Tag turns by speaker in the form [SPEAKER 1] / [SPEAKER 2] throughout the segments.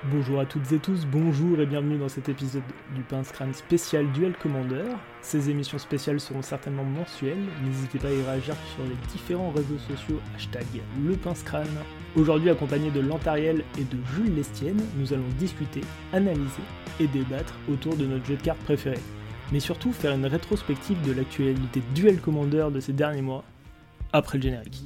[SPEAKER 1] Bonjour à toutes et tous, bonjour et bienvenue dans cet épisode du Pince Crâne spécial Duel Commander. Ces émissions spéciales seront certainement mensuelles, n'hésitez pas à y réagir sur les différents réseaux sociaux #LePinceCrâne. Aujourd'hui, accompagné de Lantariel et de Jules Lestienne, nous allons discuter, analyser et débattre autour de notre jeu de cartes préféré. Mais surtout faire une rétrospective de l'actualité Duel Commander de ces derniers mois, après le générique.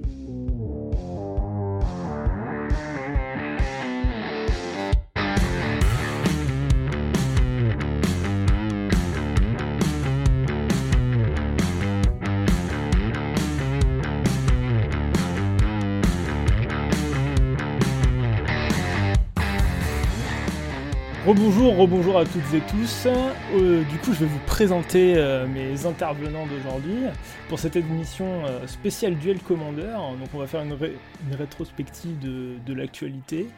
[SPEAKER 1] Rebonjour à toutes et tous. Du coup, je vais vous présenter mes intervenants d'aujourd'hui pour cette émission spéciale Duel Commander. Donc, on va faire une rétrospective de l'actualité.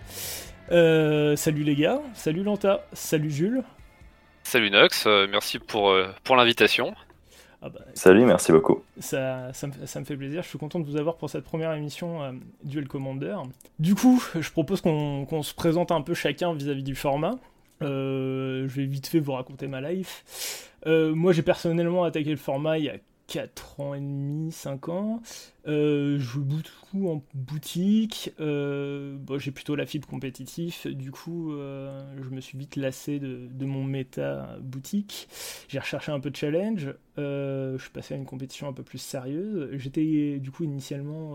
[SPEAKER 1] Salut les gars, salut Lanta, salut Jules.
[SPEAKER 2] Salut Nox, merci pour l'invitation.
[SPEAKER 1] Ah bah,
[SPEAKER 3] Salut, merci beaucoup.
[SPEAKER 1] Ça me fait plaisir, je suis content de vous avoir pour cette première émission Duel Commander. Du coup, je propose qu'on se présente un peu chacun vis-à-vis du format. Je vais vite fait vous raconter ma life. Moi, j'ai personnellement attaqué le format il y a 4 ans et demi, 5 ans. Je joue beaucoup en boutique. J'ai plutôt la fibre compétitif. Du coup, je me suis vite lassé de mon méta boutique. J'ai recherché un peu de challenge. Je suis passé à une compétition un peu plus sérieuse. J'étais du coup initialement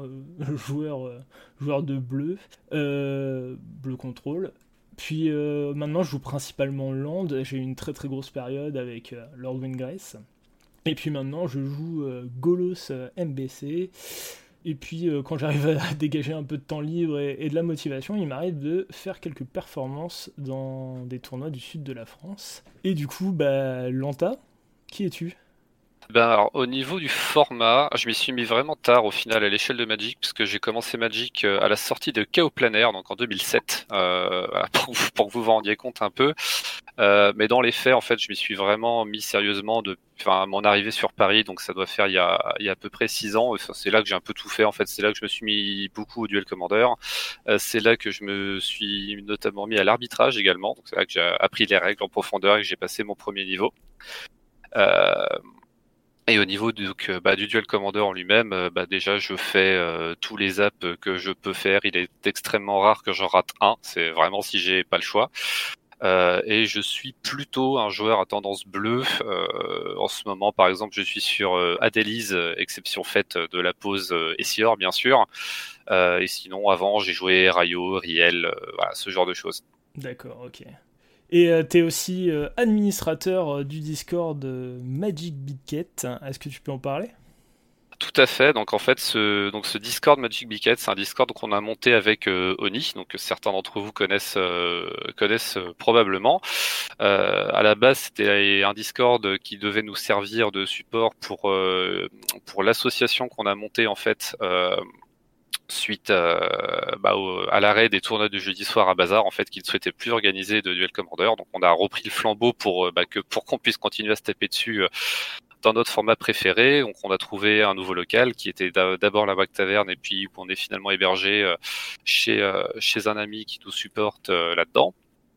[SPEAKER 1] joueur de bleu contrôle. Puis maintenant je joue principalement Land, j'ai eu une très très grosse période avec Lord Windgrace. Et puis maintenant je joue Golos MBC. Et puis quand j'arrive à dégager un peu de temps libre et de la motivation, il m'arrive de faire quelques performances dans des tournois du sud de la France. Et du coup, Lanta, qui es-tu ?
[SPEAKER 2] Alors, au niveau du format, je m'y suis mis vraiment tard au final à l'échelle de Magic, puisque j'ai commencé Magic à la sortie de Chaos Planaire, donc en 2007, voilà, pour que vous vous rendiez compte un peu. Mais dans les faits, en fait, je m'y suis vraiment mis sérieusement mon arrivée sur Paris, donc ça doit faire il y a à peu près 6 ans. Enfin, c'est là que j'ai un peu tout fait, en fait. C'est là que je me suis mis beaucoup au Duel Commander. C'est là que je me suis notamment mis à l'arbitrage également. Donc c'est là que j'ai appris les règles en profondeur et que j'ai passé mon premier niveau. Et au niveau du Duel Commander en lui-même, déjà je fais tous les apps que je peux faire. Il est extrêmement rare que j'en rate un. C'est vraiment si j'ai pas le choix. Et je suis plutôt un joueur à tendance bleue. En ce moment, par exemple, je suis sur Adélise, exception faite de la pause Essior, bien sûr. Et sinon, avant, j'ai joué Rayo, Riel, voilà, ce genre de choses.
[SPEAKER 1] D'accord, ok. Et t'es aussi administrateur du Discord Magic Bicket. Est-ce que tu peux en parler ?
[SPEAKER 2] Tout à fait. Donc en fait, ce Discord Magic Bicket, c'est un Discord qu'on a monté avec Oni. Donc certains d'entre vous connaissent probablement. À la base, c'était un Discord qui devait nous servir de support pour l'association qu'on a montée en fait. Suite à l'arrêt des tournois du jeudi soir à Bazar, en fait, qu'ils ne souhaitaient plus organiser de Duel Commander. Donc on a repris le flambeau pour qu'on puisse continuer à se taper dessus dans notre format préféré. Donc on a trouvé un nouveau local qui était d'abord la Wack Taverne et puis on est finalement hébergé chez un ami qui nous supporte là-dedans.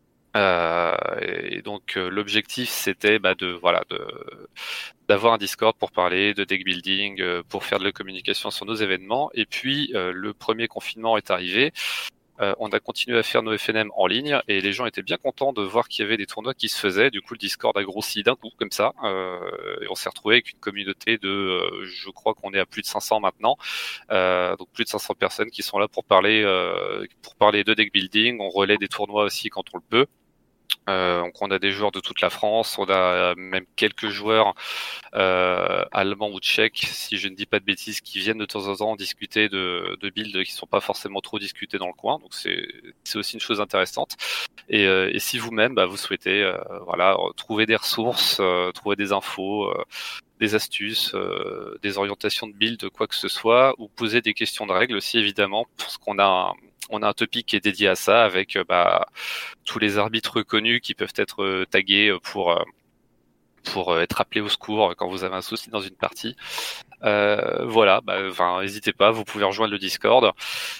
[SPEAKER 2] Et donc l'objectif c'était d'avoir un Discord pour parler de deck building, pour faire de la communication sur nos événements. Et puis le premier confinement est arrivé. On a continué à faire nos FNM en ligne et les gens étaient bien contents de voir qu'il y avait des tournois qui se faisaient. Du coup, le Discord a grossi d'un coup comme ça. Et on s'est retrouvé avec une communauté de, je crois qu'on est à plus de 500 maintenant. Donc plus de 500 personnes qui sont là pour parler de deck building. On relaie des tournois aussi quand on le peut. Donc on a des joueurs de toute la France, on a même quelques joueurs allemands ou tchèques, si je ne dis pas de bêtises, qui viennent de temps en temps discuter de builds qui sont pas forcément trop discutés dans le coin. Donc c'est aussi une chose intéressante. Et si vous-même vous souhaitez trouver des ressources, trouver des infos, des astuces, des orientations de build, quoi que ce soit, ou poser des questions de règles aussi évidemment, parce qu'on a un topic qui est dédié à ça avec tous les arbitres connus qui peuvent être tagués pour être appelé au secours quand vous avez un souci dans une partie. Voilà, n'hésitez pas, vous pouvez rejoindre le Discord.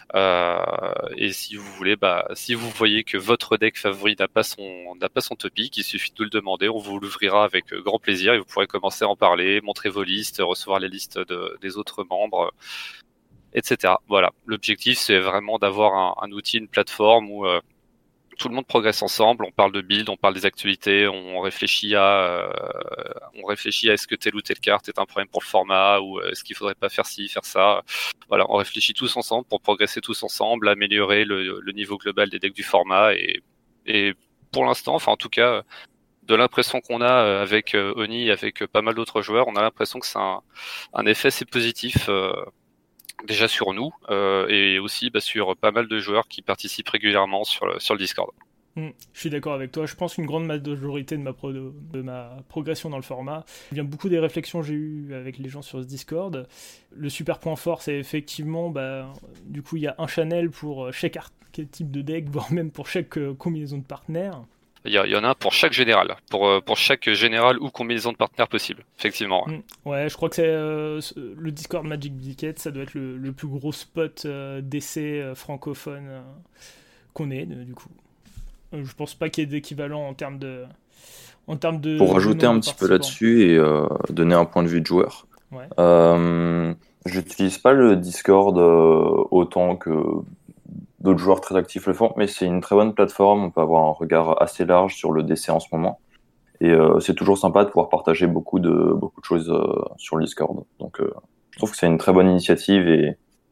[SPEAKER 2] Et si vous voulez, si vous voyez que votre deck favori n'a pas son topic, il suffit de nous le demander, on vous l'ouvrira avec grand plaisir et vous pourrez commencer à en parler, montrer vos listes, recevoir les listes des autres membres, etc. Voilà, l'objectif c'est vraiment d'avoir un outil, une plateforme où tout le monde progresse ensemble, on parle de build, on parle des actualités, on réfléchit à est-ce que telle ou telle carte est un problème pour le format, ou est-ce qu'il faudrait pas faire ci, faire ça. Voilà, on réfléchit tous ensemble pour progresser tous ensemble, améliorer le niveau global des decks du format, et pour l'instant, enfin en tout cas, de l'impression qu'on a avec Oni, avec pas mal d'autres joueurs, on a l'impression que c'est un effet assez positif, déjà sur nous, et aussi sur pas mal de joueurs qui participent régulièrement sur le Discord.
[SPEAKER 1] Je suis d'accord avec toi, je pense qu'une grande majorité de ma progression dans le format vient beaucoup des réflexions que j'ai eues avec les gens sur ce Discord. Le super point fort, c'est effectivement, du coup il y a un channel pour chaque archétype de deck, voire même pour chaque combinaison de partenaires.
[SPEAKER 2] Il y en a un pour chaque général, pour chaque général ou combinaison de partenaires possible, effectivement.
[SPEAKER 1] Ouais, je crois que c'est le Discord Magic Ticket, ça doit être le plus gros spot d'essai francophone qu'on ait, du coup. Je pense pas qu'il y ait d'équivalent en termes de
[SPEAKER 3] Pour rajouter un petit peu là-dessus et donner un point de vue de joueur.
[SPEAKER 1] Ouais.
[SPEAKER 3] J'utilise pas le Discord autant que d'autres joueurs très actifs le font, mais c'est une très bonne plateforme. On peut avoir un regard assez large sur le DC en ce moment. Et c'est toujours sympa de pouvoir partager beaucoup de choses sur le Discord. Donc je trouve que c'est une très bonne initiative et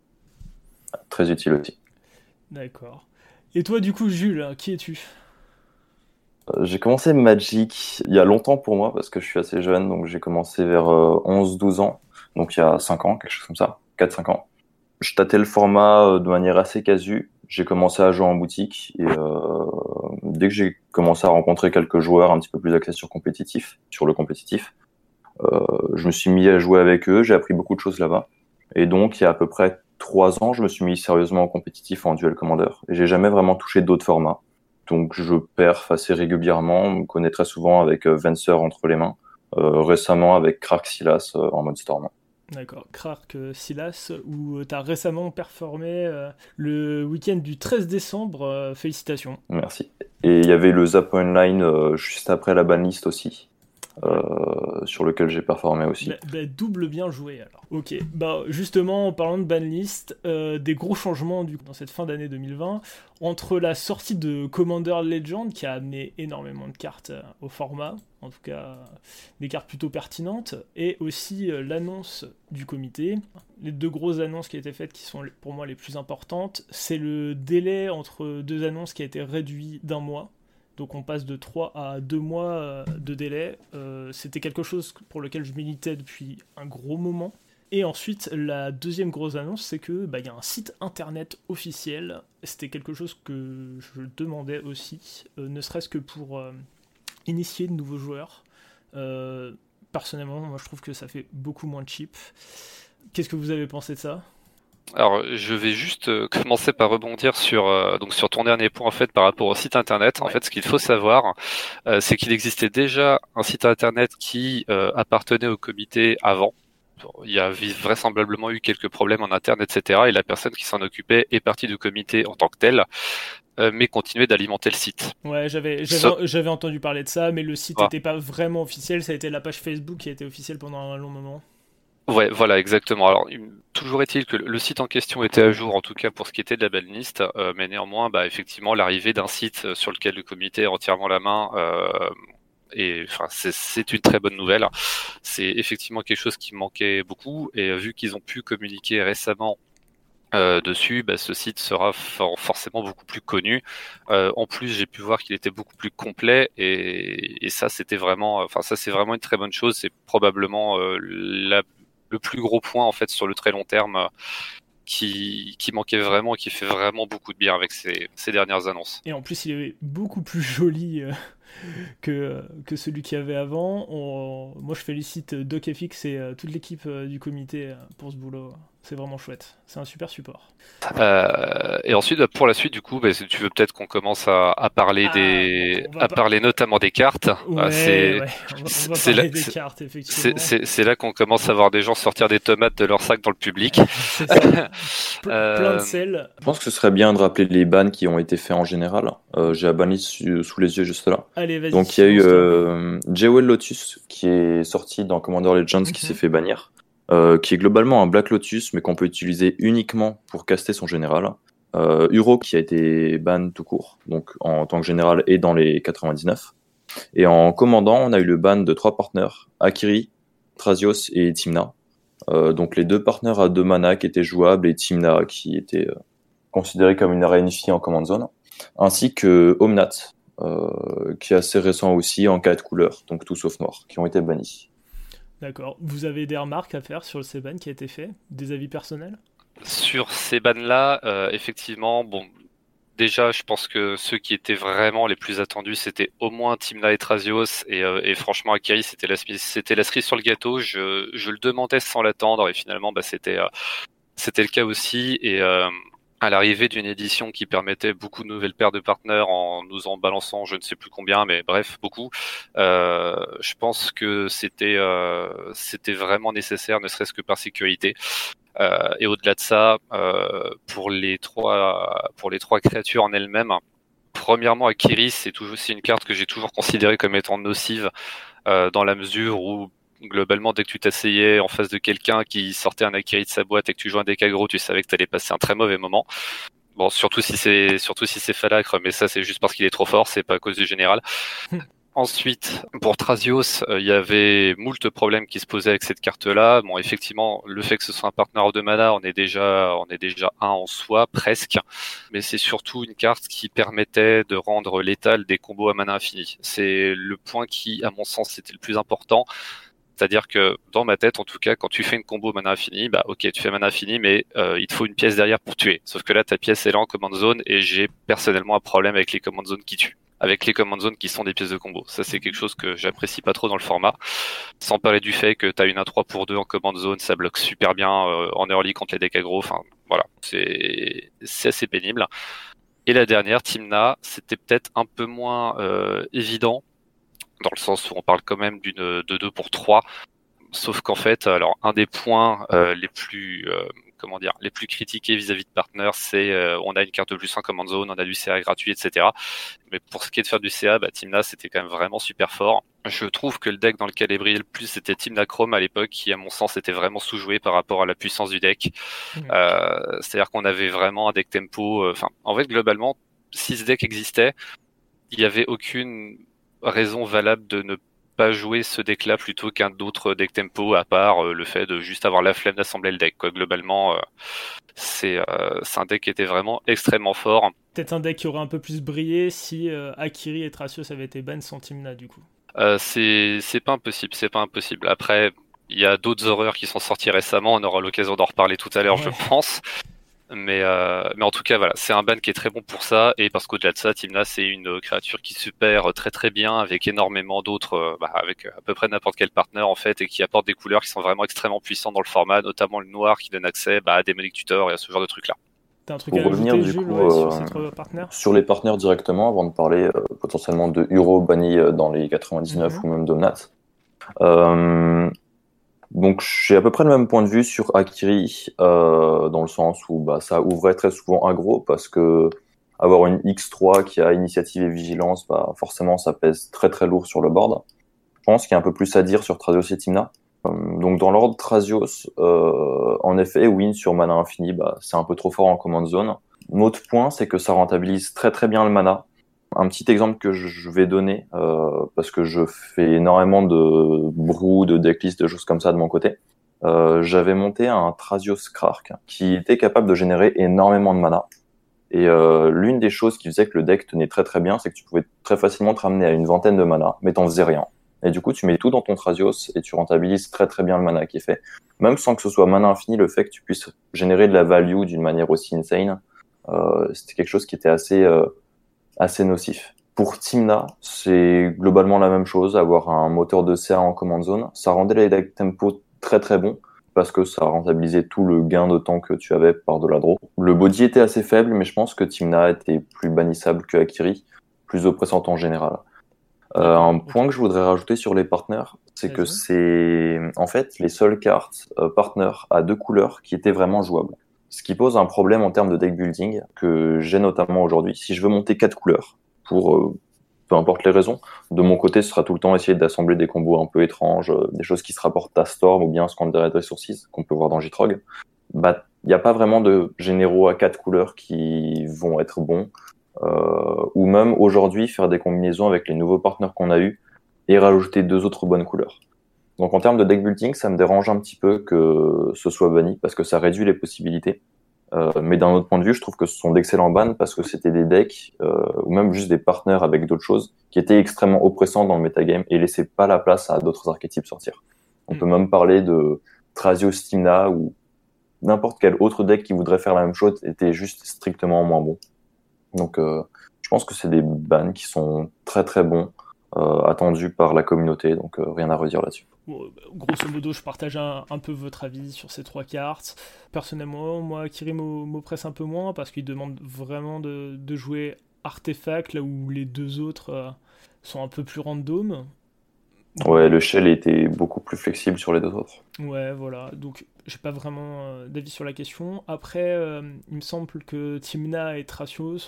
[SPEAKER 3] très utile aussi.
[SPEAKER 1] D'accord. Et toi, du coup, Jules, qui es-tu ?
[SPEAKER 3] J'ai commencé Magic il y a longtemps pour moi, parce que je suis assez jeune, donc j'ai commencé vers 11-12 ans, donc il y a 5 ans, quelque chose comme ça, 4-5 ans. Je tâtais le format de manière assez casu, j'ai commencé à jouer en boutique, et dès que j'ai commencé à rencontrer quelques joueurs un petit peu plus axés sur le compétitif, je me suis mis à jouer avec eux, j'ai appris beaucoup de choses là-bas, et donc il y a à peu près 3 ans, je me suis mis sérieusement au compétitif en Duel Commander, et j'ai jamais vraiment touché d'autres formats. Donc je perf assez régulièrement, on me connaît très souvent avec Venser entre les mains, récemment avec Krark Silas en mode Storm.
[SPEAKER 1] D'accord, Krark Silas, où tu as récemment performé le week-end du 13 décembre, félicitations.
[SPEAKER 3] Merci. Et il y avait le Zap Online juste après la banlist aussi, sur lequel j'ai performé aussi.
[SPEAKER 1] Double bien joué alors. Ok, justement en parlant de banlist, des gros changements dans cette fin d'année 2020, entre la sortie de Commander Legend qui a amené énormément de cartes au format, en tout cas des cartes plutôt pertinentes, et aussi l'annonce du comité. Les deux grosses annonces qui ont été faites, qui sont pour moi les plus importantes, c'est le délai entre deux annonces qui a été réduit d'1 mois. Donc on passe de 3 à 2 mois de délai. C'était quelque chose pour lequel je militais depuis un gros moment. Et ensuite, la deuxième grosse annonce, c'est que y a un site internet officiel. C'était quelque chose que je demandais aussi, ne serait-ce que pour initier de nouveaux joueurs. Personnellement, moi je trouve que ça fait beaucoup moins cheap. Qu'est-ce que vous avez pensé de ça ?
[SPEAKER 2] Alors, je vais juste commencer par rebondir sur ton dernier point en fait par rapport au site internet. En fait, ce qu'il faut savoir, c'est qu'il existait déjà un site internet qui appartenait au comité avant. Il y a vraisemblablement eu quelques problèmes en interne, etc. Et la personne qui s'en occupait est partie du comité en tant que telle, mais continuait d'alimenter le site.
[SPEAKER 1] Ouais, j'avais entendu parler de ça, mais le site n'était pas vraiment officiel. Ça a été la page Facebook qui a été officielle pendant un long moment.
[SPEAKER 2] Ouais, voilà, exactement. Alors, toujours est-il que le site en question était à jour, en tout cas pour ce qui était de la banlist, mais néanmoins, effectivement, l'arrivée d'un site sur lequel le comité a entièrement la main, et enfin, c'est une très bonne nouvelle. C'est effectivement quelque chose qui manquait beaucoup, et vu qu'ils ont pu communiquer récemment dessus, ce site sera forcément beaucoup plus connu. En plus, j'ai pu voir qu'il était beaucoup plus complet, et ça, c'était vraiment, c'est vraiment une très bonne chose. C'est probablement le plus gros point en fait sur le très long terme qui manquait vraiment et qui fait vraiment beaucoup de bien avec ces dernières annonces.
[SPEAKER 1] Et en plus il est beaucoup plus joli que celui qu'il y avait avant. Moi, je félicite DocFX et toute l'équipe du comité pour ce boulot. C'est vraiment chouette. C'est un super support.
[SPEAKER 2] Et ensuite, pour la suite, du coup, si tu veux peut-être qu'on commence à parler parler notamment des cartes.
[SPEAKER 1] Ouais, on va parler des cartes, effectivement.
[SPEAKER 2] C'est là qu'on commence à voir des gens sortir des tomates de leur sac dans le public.
[SPEAKER 1] C'est ça. Plein de sel.
[SPEAKER 3] Je pense que ce serait bien de rappeler les bans qui ont été faits en général. J'ai la banlist sous les yeux juste là.
[SPEAKER 1] Allez, vas-y.
[SPEAKER 3] Donc il y a eu Jewel Lotus qui est sorti dans Commander Legends qui s'est fait bannir. Qui est globalement un Black Lotus, mais qu'on peut utiliser uniquement pour caster son général. Uro qui a été ban tout court, donc en tant que général et dans les 99. Et en commandant, on a eu le ban de 3 partenaires, Akiri, Thrasios et Tymna. Donc les 2 partenaires à 2 mana qui étaient jouables et Tymna qui était considéré comme une arène fille en command zone, ainsi que Omnat, qui est assez récent aussi en 4 couleurs, donc tout sauf noir, qui ont été bannis.
[SPEAKER 1] D'accord. Vous avez des remarques à faire sur ces bans qui a été fait? Des avis personnels?
[SPEAKER 2] Sur ces bans-là, effectivement, déjà, je pense que ceux qui étaient vraiment les plus attendus, c'était au moins Tymna et Thrasios, et franchement, Akiri, c'était la cerise sur le gâteau. Je le demandais sans l'attendre, et finalement, c'était le cas aussi, et à l'arrivée d'une édition qui permettait beaucoup de nouvelles paires de partenaires en nous en balançant je ne sais plus combien, mais bref, beaucoup. Je pense que c'était vraiment nécessaire, ne serait-ce que par sécurité. Et au-delà de ça, pour les trois créatures en elles-mêmes, premièrement, Akiri, c'est une carte que j'ai toujours considérée comme étant nocive, dans la mesure où globalement, dès que tu t'asseyais en face de quelqu'un qui sortait un Akiri de sa boîte et que tu jouais un deck aggro, tu savais que t'allais passer un très mauvais moment. Bon, surtout si c'est Falacre, mais ça c'est juste parce qu'il est trop fort, c'est pas à cause du général. Ensuite, pour Thrasios, il y avait moult problèmes qui se posaient avec cette carte-là. Bon, effectivement, le fait que ce soit un partenaire de mana, on est déjà un en soi, presque. Mais c'est surtout une carte qui permettait de rendre létal des combos à mana infini. C'est le point qui, à mon sens, était le plus important. C'est-à-dire que, dans ma tête, en tout cas, quand tu fais une combo mana infini, ok, tu fais mana infini, mais il te faut une pièce derrière pour tuer. Sauf que là, ta pièce, elle est en command zone, et j'ai personnellement un problème avec les command zones qui tuent. Avec les command zones qui sont des pièces de combo. Ça, c'est quelque chose que j'apprécie pas trop dans le format. Sans parler du fait que t'as une 1-3 pour 2 en command zone, ça bloque super bien en early contre les decks aggro. Enfin, voilà. C'est assez pénible. Et la dernière, Tymna, c'était peut-être un peu moins évident, dans le sens où on parle quand même de 2 pour 3, sauf qu'en fait, alors un des points les plus critiqués vis-à-vis de Partner, c'est on a une carte de plus en command zone, on a du CA gratuit, etc. Mais pour ce qui est de faire du CA, Tymna, c'était quand même vraiment super fort. Je trouve que le deck dans lequel elle brillait le plus, c'était Tymna Chrome à l'époque, qui à mon sens était vraiment sous-joué par rapport à la puissance du deck. C'est-à-dire qu'on avait vraiment un deck tempo, en fait, globalement, si ce deck existait, il n'y avait aucune raison valable de ne pas jouer ce deck-là plutôt qu'un autre deck tempo, à part le fait de juste avoir la flemme d'assembler le deck, quoi. Globalement, c'est un deck qui était vraiment extrêmement fort.
[SPEAKER 1] Peut-être un deck qui aurait un peu plus brillé si Akiri et Thrasios avaient été ban sans Tymna, du coup.
[SPEAKER 2] C'est pas impossible. Après, il y a d'autres horreurs qui sont sorties récemment, on aura l'occasion d'en reparler tout à l'heure, je pense. Mais en tout cas, voilà, c'est un ban qui est très bon pour ça, et parce qu'au-delà de ça, Tymna, c'est une créature qui se perd très très bien avec énormément d'autres, avec à peu près n'importe quel partenaire en fait, et qui apporte des couleurs qui sont vraiment extrêmement puissantes dans le format, notamment le noir qui donne accès à Démonic Tutor et à ce genre de trucs-là.
[SPEAKER 1] T'as un truc à ajouter, Jules, sur ces 3 partenaires?
[SPEAKER 3] Sur les partenaires directement, avant de parler potentiellement de Uro banni dans les 99 ou même d'Omnat. Donc j'ai à peu près le même point de vue sur Akiri, dans le sens où ça ouvrait très souvent aggro, parce que avoir une X3 qui a initiative et vigilance, forcément ça pèse très très lourd sur le board. Je pense qu'il y a un peu plus à dire sur Thrasios et Tymna. Donc dans l'ordre Thrasios, en effet, win sur mana infini, c'est un peu trop fort en command zone. L'autre point, c'est que ça rentabilise très très bien le mana. Un petit exemple que je vais donner, parce que je fais énormément de brew, de decklist, de choses comme ça de mon côté. J'avais monté un Thrasios Krark qui était capable de générer énormément de mana. Et l'une des choses qui faisait que le deck tenait très très bien, c'est que tu pouvais très facilement te ramener à une vingtaine de mana, mais t'en faisais rien. Et du coup, tu mets tout dans ton Thrasios et tu rentabilises très très bien le mana qui est fait. Même sans que ce soit mana infini, le fait que tu puisses générer de la value d'une manière aussi insane, c'était quelque chose qui était assez nocif. Pour Timna, c'est globalement la même chose, avoir un moteur de CA en command zone. Ça rendait les decks tempo très très bons parce que ça rentabilisait tout le gain de temps que tu avais par de la draw. Le body était assez faible, mais je pense que Timna était plus bannissable que Akiri, plus oppressante en général. Un point que je voudrais rajouter sur les partenaires, c'est que c'est en fait les seules cartes partenaires à 2 couleurs qui étaient vraiment jouables. Ce qui pose un problème en termes de deck building que j'ai notamment aujourd'hui. Si je veux monter 4 couleurs pour peu importe les raisons, de mon côté, ce sera tout le temps essayer d'assembler des combos un peu étranges, des choses qui se rapportent à Storm ou bien Squandered Resources qu'on peut voir dans J-Trog. Bah, il n'y a pas vraiment de généraux à 4 couleurs qui vont être bons. Ou même aujourd'hui faire des combinaisons avec les nouveaux partenaires qu'on a eus et rajouter 2 autres bonnes couleurs. Donc en termes de deck building, ça me dérange un petit peu que ce soit banni parce que ça réduit les possibilités. Mais d'un autre point de vue, je trouve que ce sont d'excellents bans parce que c'était des decks ou même juste des partenaires avec d'autres choses qui étaient extrêmement oppressants dans le metagame et laissaient pas la place à d'autres archétypes sortir. On peut même parler de Thrasios Stimna ou n'importe quel autre deck qui voudrait faire la même chose était juste strictement moins bon. Donc, je pense que c'est des bans qui sont très très bons, attendus par la communauté, donc rien à redire là-dessus.
[SPEAKER 1] Bon, grosso modo, je partage un peu votre avis sur ces 3 cartes. Personnellement, moi, Kiri m'oppresse un peu moins parce qu'il demande vraiment de jouer artefact là où les 2 autres sont un peu plus random.
[SPEAKER 3] Ouais, le shell était beaucoup plus flexible sur les 2 autres.
[SPEAKER 1] Ouais, voilà. Donc, j'ai pas vraiment d'avis sur la question. Après, il me semble que Timna et Thrasios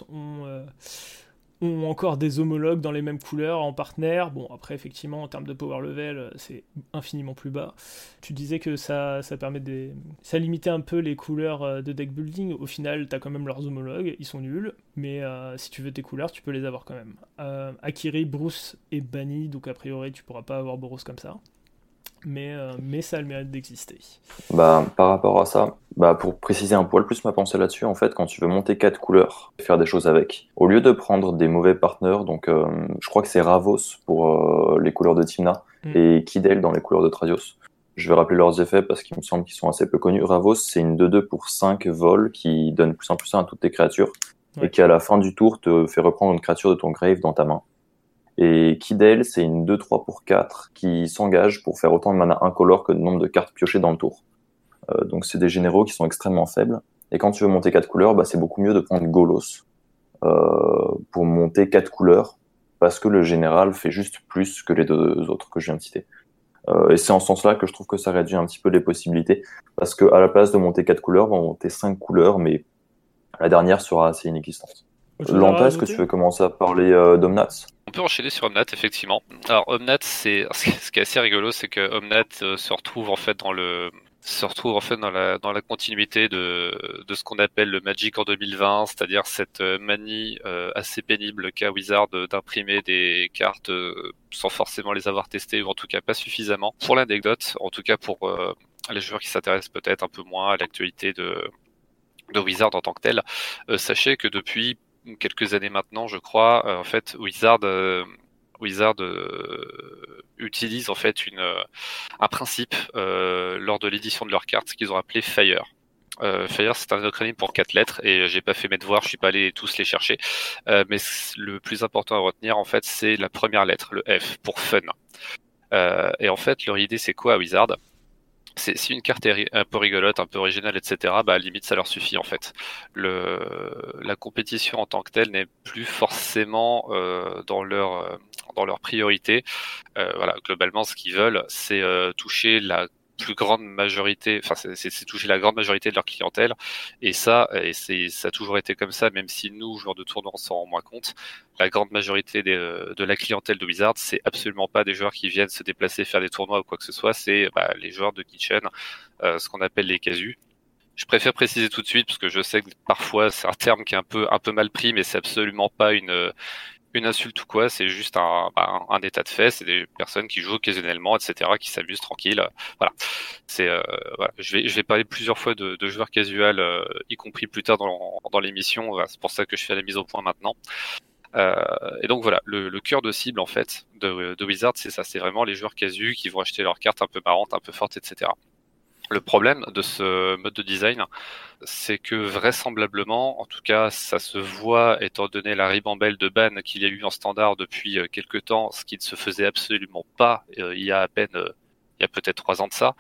[SPEAKER 1] ont encore des homologues dans les mêmes couleurs en partenaire. Bon, après, effectivement, en termes de power level, c'est infiniment plus bas. Tu disais que ça permet ça limitait un peu les couleurs de deck building. Au final, t'as quand même leurs homologues, ils sont nuls, mais si tu veux tes couleurs, tu peux les avoir quand même. Akiri, Bruce est banni, donc a priori, tu pourras pas avoir Boros comme ça. Mais ça a le mérite d'exister.
[SPEAKER 3] Bah, par rapport à ça, bah, pour préciser un poil plus ma pensée là-dessus, en fait, quand tu veux monter 4 couleurs et faire des choses avec, au lieu de prendre des mauvais partenaires, donc je crois que c'est Ravos pour les couleurs de Timna et Kidel dans les couleurs de Thrasios. Je vais rappeler leurs effets parce qu'il me semble qu'ils sont assez peu connus. Ravos, c'est une 2-2 pour 5 vols qui donne plus en plus à toutes tes créatures et qui à la fin du tour te fait reprendre une créature de ton grave dans ta main. Et Kidel, c'est une 2-3 pour 4 qui s'engage pour faire autant de mana incolore que le nombre de cartes piochées dans le tour. Donc c'est des généraux qui sont extrêmement faibles. Et quand tu veux monter 4 couleurs, bah, c'est beaucoup mieux de prendre Golos pour monter 4 couleurs, parce que le général fait juste plus que les 2 autres que je viens de citer. Et c'est en ce sens-là que je trouve que ça réduit un petit peu les possibilités, parce que à la place de monter 4 couleurs, on va monter 5 couleurs, mais la dernière sera assez inexistante. Lanta, est-ce que tu veux commencer à parler d'Omnath ?
[SPEAKER 2] On peut enchaîner sur Omnath, effectivement. Alors Omnath, ce qui est assez rigolo, c'est que Omnath se retrouve en fait dans la continuité de ce qu'on appelle le Magic en 2020, c'est-à-dire cette manie assez pénible qu'a Wizard d'imprimer des cartes sans forcément les avoir testées, ou en tout cas pas suffisamment. Pour l'anecdote, en tout cas pour les joueurs qui s'intéressent peut-être un peu moins à l'actualité de Wizard en tant que tel, sachez que depuis quelques années maintenant, je crois, en fait, Wizard utilise en fait un principe lors de l'édition de leurs cartes qu'ils ont appelé Fire. Fire, c'est un acronyme pour 4 lettres et j'ai pas fait mes devoirs, je suis pas allé tous les chercher. Mais le plus important à retenir, en fait, c'est la première lettre, le F, pour fun. Et en fait, leur idée, c'est quoi à Wizard ? Si une carte est un peu rigolote, un peu originale, etc., bah, à la limite, ça leur suffit, en fait. La compétition en tant que telle n'est plus forcément dans leur priorité. Voilà, globalement, ce qu'ils veulent, c'est toucher la plus grande majorité, enfin, c'est toucher la grande majorité de leur clientèle. Et ça a toujours été comme ça, même si nous, joueurs de tournoi, on s'en rend moins compte. La grande majorité de la clientèle de Wizard, c'est absolument pas des joueurs qui viennent se déplacer, faire des tournois ou quoi que ce soit, c'est les joueurs de Kitchen, ce qu'on appelle les casus. Je préfère préciser tout de suite parce que je sais que parfois c'est un terme qui est un peu mal pris, mais c'est absolument pas une insulte ou quoi, c'est juste un état de fait, c'est des personnes qui jouent occasionnellement, etc., qui s'amusent tranquille. Voilà. Voilà. Je vais parler plusieurs fois de joueurs casual, y compris plus tard dans l'émission. Voilà, c'est pour ça que je fais la mise au point maintenant. Et donc voilà, le cœur de cible en fait de Wizard, c'est ça, c'est vraiment les joueurs casus qui vont acheter leurs cartes un peu marrantes, un peu fortes, etc. Le problème de ce mode de design, c'est que vraisemblablement, en tout cas, ça se voit étant donné la ribambelle de ban qu'il y a eu en standard depuis quelques temps, ce qui ne se faisait absolument pas il y a à peine, il y a peut-être 3 ans de ça,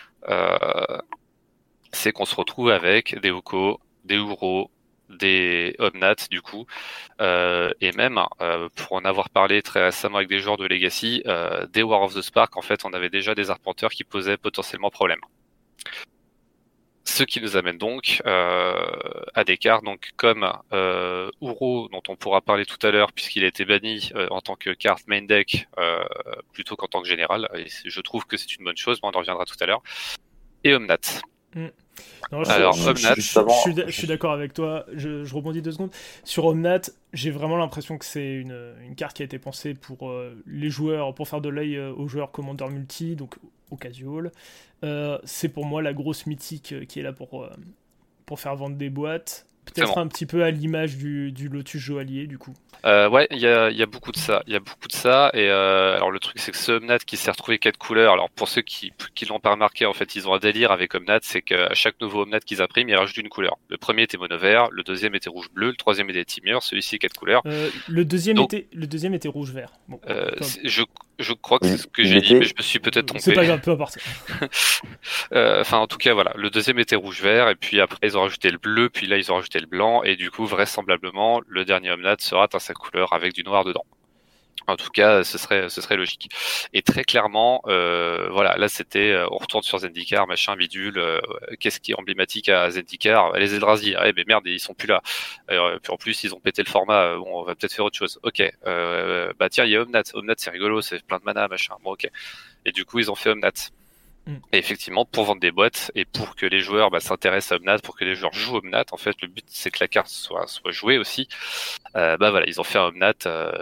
[SPEAKER 2] c'est qu'on se retrouve avec des Oko, des Uro, des Omnat du coup, et même pour en avoir parlé très récemment avec des joueurs de Legacy, des War of the Spark, en fait, on avait déjà des arpenteurs qui posaient potentiellement problème. Ce qui nous amène donc à des cartes donc comme Uro, dont on pourra parler tout à l'heure puisqu'il a été banni en tant que carte main deck plutôt qu'en tant que général. Et je trouve que c'est une bonne chose, mais on en reviendra tout à l'heure. Et Omnat.
[SPEAKER 1] Non,
[SPEAKER 2] Alors, Omnat,
[SPEAKER 1] je suis d'accord avec toi. Je rebondis 2 secondes. Sur Omnat, j'ai vraiment l'impression que c'est une carte qui a été pensée pour les joueurs, pour faire de l'œil aux joueurs Commander multi, donc au casual. C'est pour moi la grosse mythique qui est là pour faire vendre des boîtes. Peut-être un petit peu à l'image du Lotus Joaillier, du coup.
[SPEAKER 2] Ouais, il y a beaucoup de ça. Il y a beaucoup de ça. Et alors le truc, c'est que ce Omnat qui s'est retrouvé 4 couleurs. Alors pour ceux qui l'ont pas remarqué, en fait, ils ont un délire avec Omnat, c'est qu'à chaque nouveau Omnat qu'ils impriment, ils rajoutent une couleur. Le premier était mono vert, le deuxième était rouge bleu, le troisième était Timur, celui-ci est 4 couleurs.
[SPEAKER 1] Le deuxième était rouge vert. Bon,
[SPEAKER 2] je crois que c'est ce que j'ai dit, mais je me suis peut-être trompé.
[SPEAKER 1] C'est pas grave, peu importe.
[SPEAKER 2] Enfin, en tout cas, voilà. Le deuxième était rouge-vert, et puis après, ils ont rajouté le bleu, puis là, ils ont rajouté le blanc, et du coup, vraisemblablement, le dernier Omnat sera à sa couleur avec du noir dedans. En tout cas, ce serait logique. Et très clairement, voilà, là, c'était, on retourne sur Zendikar, machin, bidule. Qu'est-ce qui est emblématique à Zendikar? Les Eldrazi. Ah, mais merde, ils sont plus là. Puis en plus, ils ont pété le format. Bon, on va peut-être faire autre chose. Ok. Bah tiens, il y a Omnat. Omnat, c'est rigolo, c'est plein de mana, machin. Bon, ok. Et du coup, ils ont fait Omnat. Et effectivement, pour vendre des boîtes et pour que les joueurs s'intéressent à Omnat, pour que les joueurs jouent Omnat, en fait, le but c'est que la carte soit jouée aussi. Voilà, ils ont fait un Omnat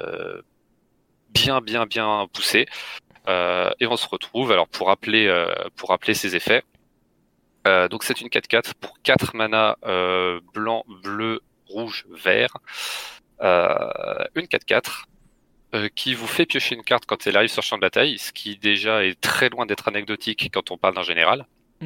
[SPEAKER 2] bien poussé. Et on se retrouve, alors pour rappeler ces effets. Donc c'est une 4-4 pour 4 mana blanc, bleu, rouge, vert. Une 4-4. Qui vous fait piocher une carte quand elle arrive sur le champ de bataille, ce qui déjà est très loin d'être anecdotique quand on parle d'un général.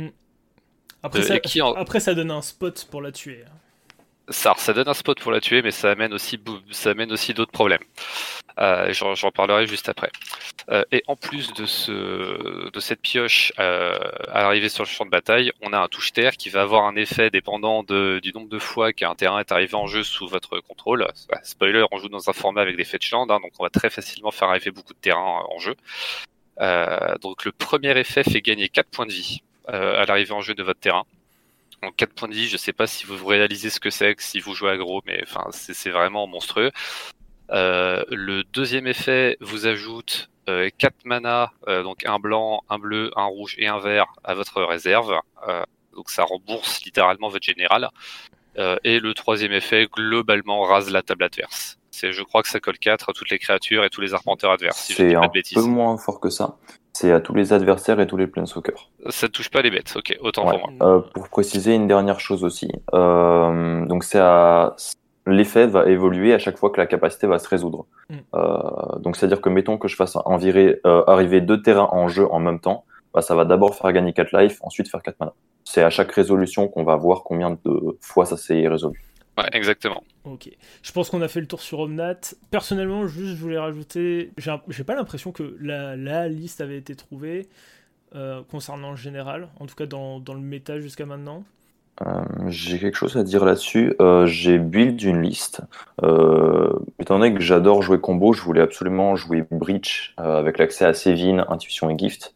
[SPEAKER 1] Après, ça donne un spot pour la tuer.
[SPEAKER 2] Ça donne un spot pour la tuer, mais ça amène aussi d'autres problèmes. J'en parlerai juste après. Et en plus de cette pioche à l'arrivée sur le champ de bataille, on a un touche-terre qui va avoir un effet dépendant du nombre de fois qu'un terrain est arrivé en jeu sous votre contrôle. Spoiler, on joue dans un format avec des fetchlands, donc on va très facilement faire arriver beaucoup de terrain en jeu. Donc le premier effet fait gagner 4 points de vie à l'arrivée en jeu de votre terrain. Donc 4 points de vie, je sais pas si vous réalisez ce que c'est, si vous jouez aggro, mais enfin c'est vraiment monstrueux. Le deuxième effet vous ajoute 4 mana, donc un blanc, un bleu, un rouge et un vert à votre réserve. Donc ça rembourse littéralement votre général. Et le troisième effet, globalement, rase la table adverse. Je crois que ça colle 4 à toutes les créatures et tous les arpenteurs adverses, si je dis pas de bêtises.
[SPEAKER 3] C'est un peu moins fort que ça. C'est à tous les adversaires et tous les planeswalkers.
[SPEAKER 2] Ça ne touche pas les bêtes, ok, autant pour moi.
[SPEAKER 3] Pour préciser une dernière chose aussi, donc l'effet va évoluer à chaque fois que la capacité va se résoudre. Donc c'est-à-dire que mettons que je fasse arriver 2 terrains en jeu en même temps, ça va d'abord faire gagner 4 life, ensuite faire 4 mana. C'est à chaque résolution qu'on va voir combien de fois ça s'est résolu.
[SPEAKER 2] Ouais, exactement.
[SPEAKER 1] Ok. Je pense qu'on a fait le tour sur Omnat. Personnellement, juste, je voulais rajouter... J'ai pas l'impression que la liste avait été trouvée concernant le général, en tout cas dans le méta jusqu'à maintenant.
[SPEAKER 3] J'ai quelque chose à dire là-dessus. J'ai build une liste. Étant donné que j'adore jouer combo, je voulais absolument jouer Breach avec l'accès à Sévin, Intuition et Gift.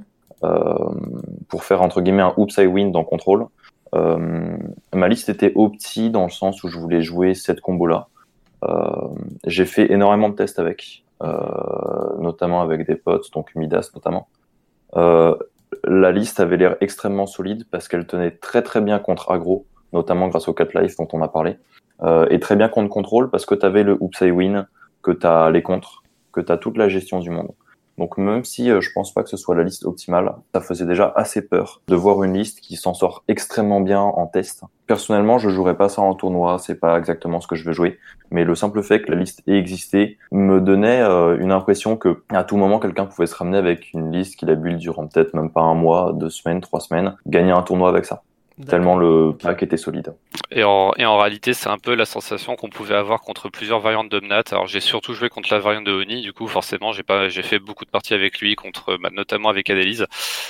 [SPEAKER 3] Pour faire entre guillemets un Oops I Win dans Control. Ma liste était opti dans le sens où je voulais jouer cette combo-là. J'ai fait énormément de tests avec, notamment avec des potes, donc Midas notamment. La liste avait l'air extrêmement solide parce qu'elle tenait très très bien contre aggro, notamment grâce au 4 life dont on a parlé, et très bien contre contrôle parce que tu avais le Oops I Win, que tu as les contres, que tu as toute la gestion du monde. Donc même si je pense pas que ce soit la liste optimale, ça faisait déjà assez peur de voir une liste qui s'en sort extrêmement bien en test. Personnellement, je jouerais pas ça en tournoi, c'est pas exactement ce que je veux jouer, mais le simple fait que la liste ait existé me donnait une impression que à tout moment quelqu'un pouvait se ramener avec une liste qu'il a build durant peut-être même pas un mois, 2 semaines, 3 semaines, gagner un tournoi avec ça. Tellement le pack était solide.
[SPEAKER 2] Et en réalité, c'est un peu la sensation qu'on pouvait avoir contre plusieurs variantes d'Omnat. Alors j'ai surtout joué contre la variante de Oni, du coup forcément j'ai fait beaucoup de parties avec lui, notamment avec Adélise.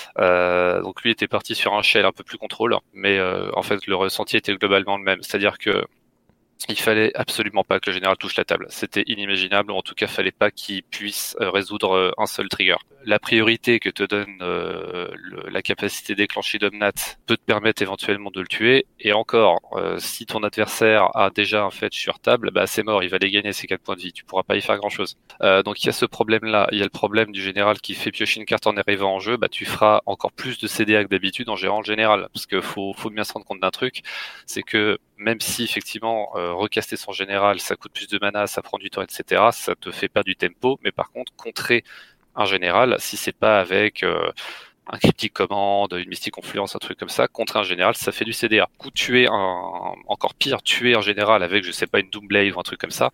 [SPEAKER 2] Donc lui était parti sur un shell un peu plus contrôle, mais en fait le ressenti était globalement le même. C'est-à-dire que il fallait absolument pas que le général touche la table. C'était inimaginable, ou en tout cas, fallait pas qu'il puisse résoudre un seul trigger. La priorité que te donne la capacité déclenchée d'Omnat peut te permettre éventuellement de le tuer. Et encore, si ton adversaire a déjà un fetch sur table, bah c'est mort, il va les gagner ses 4 points de vie. Tu pourras pas y faire grand-chose. Donc il y a ce problème-là. Il y a le problème du général qui fait piocher une carte en arrivant en jeu. Bah tu feras encore plus de CDA que d'habitude en gérant le général, parce que faut bien se rendre compte d'un truc, c'est que même si effectivement recaster son général, ça coûte plus de mana, ça prend du temps, etc., ça te fait perdre du tempo, mais par contre, contrer un général, si c'est pas avec un cryptic commande, une mystique confluence, un truc comme ça, contrer un général, ça fait du CDA. Du coup, encore pire, tuer un général avec, je sais pas, une Doomblade ou un truc comme ça,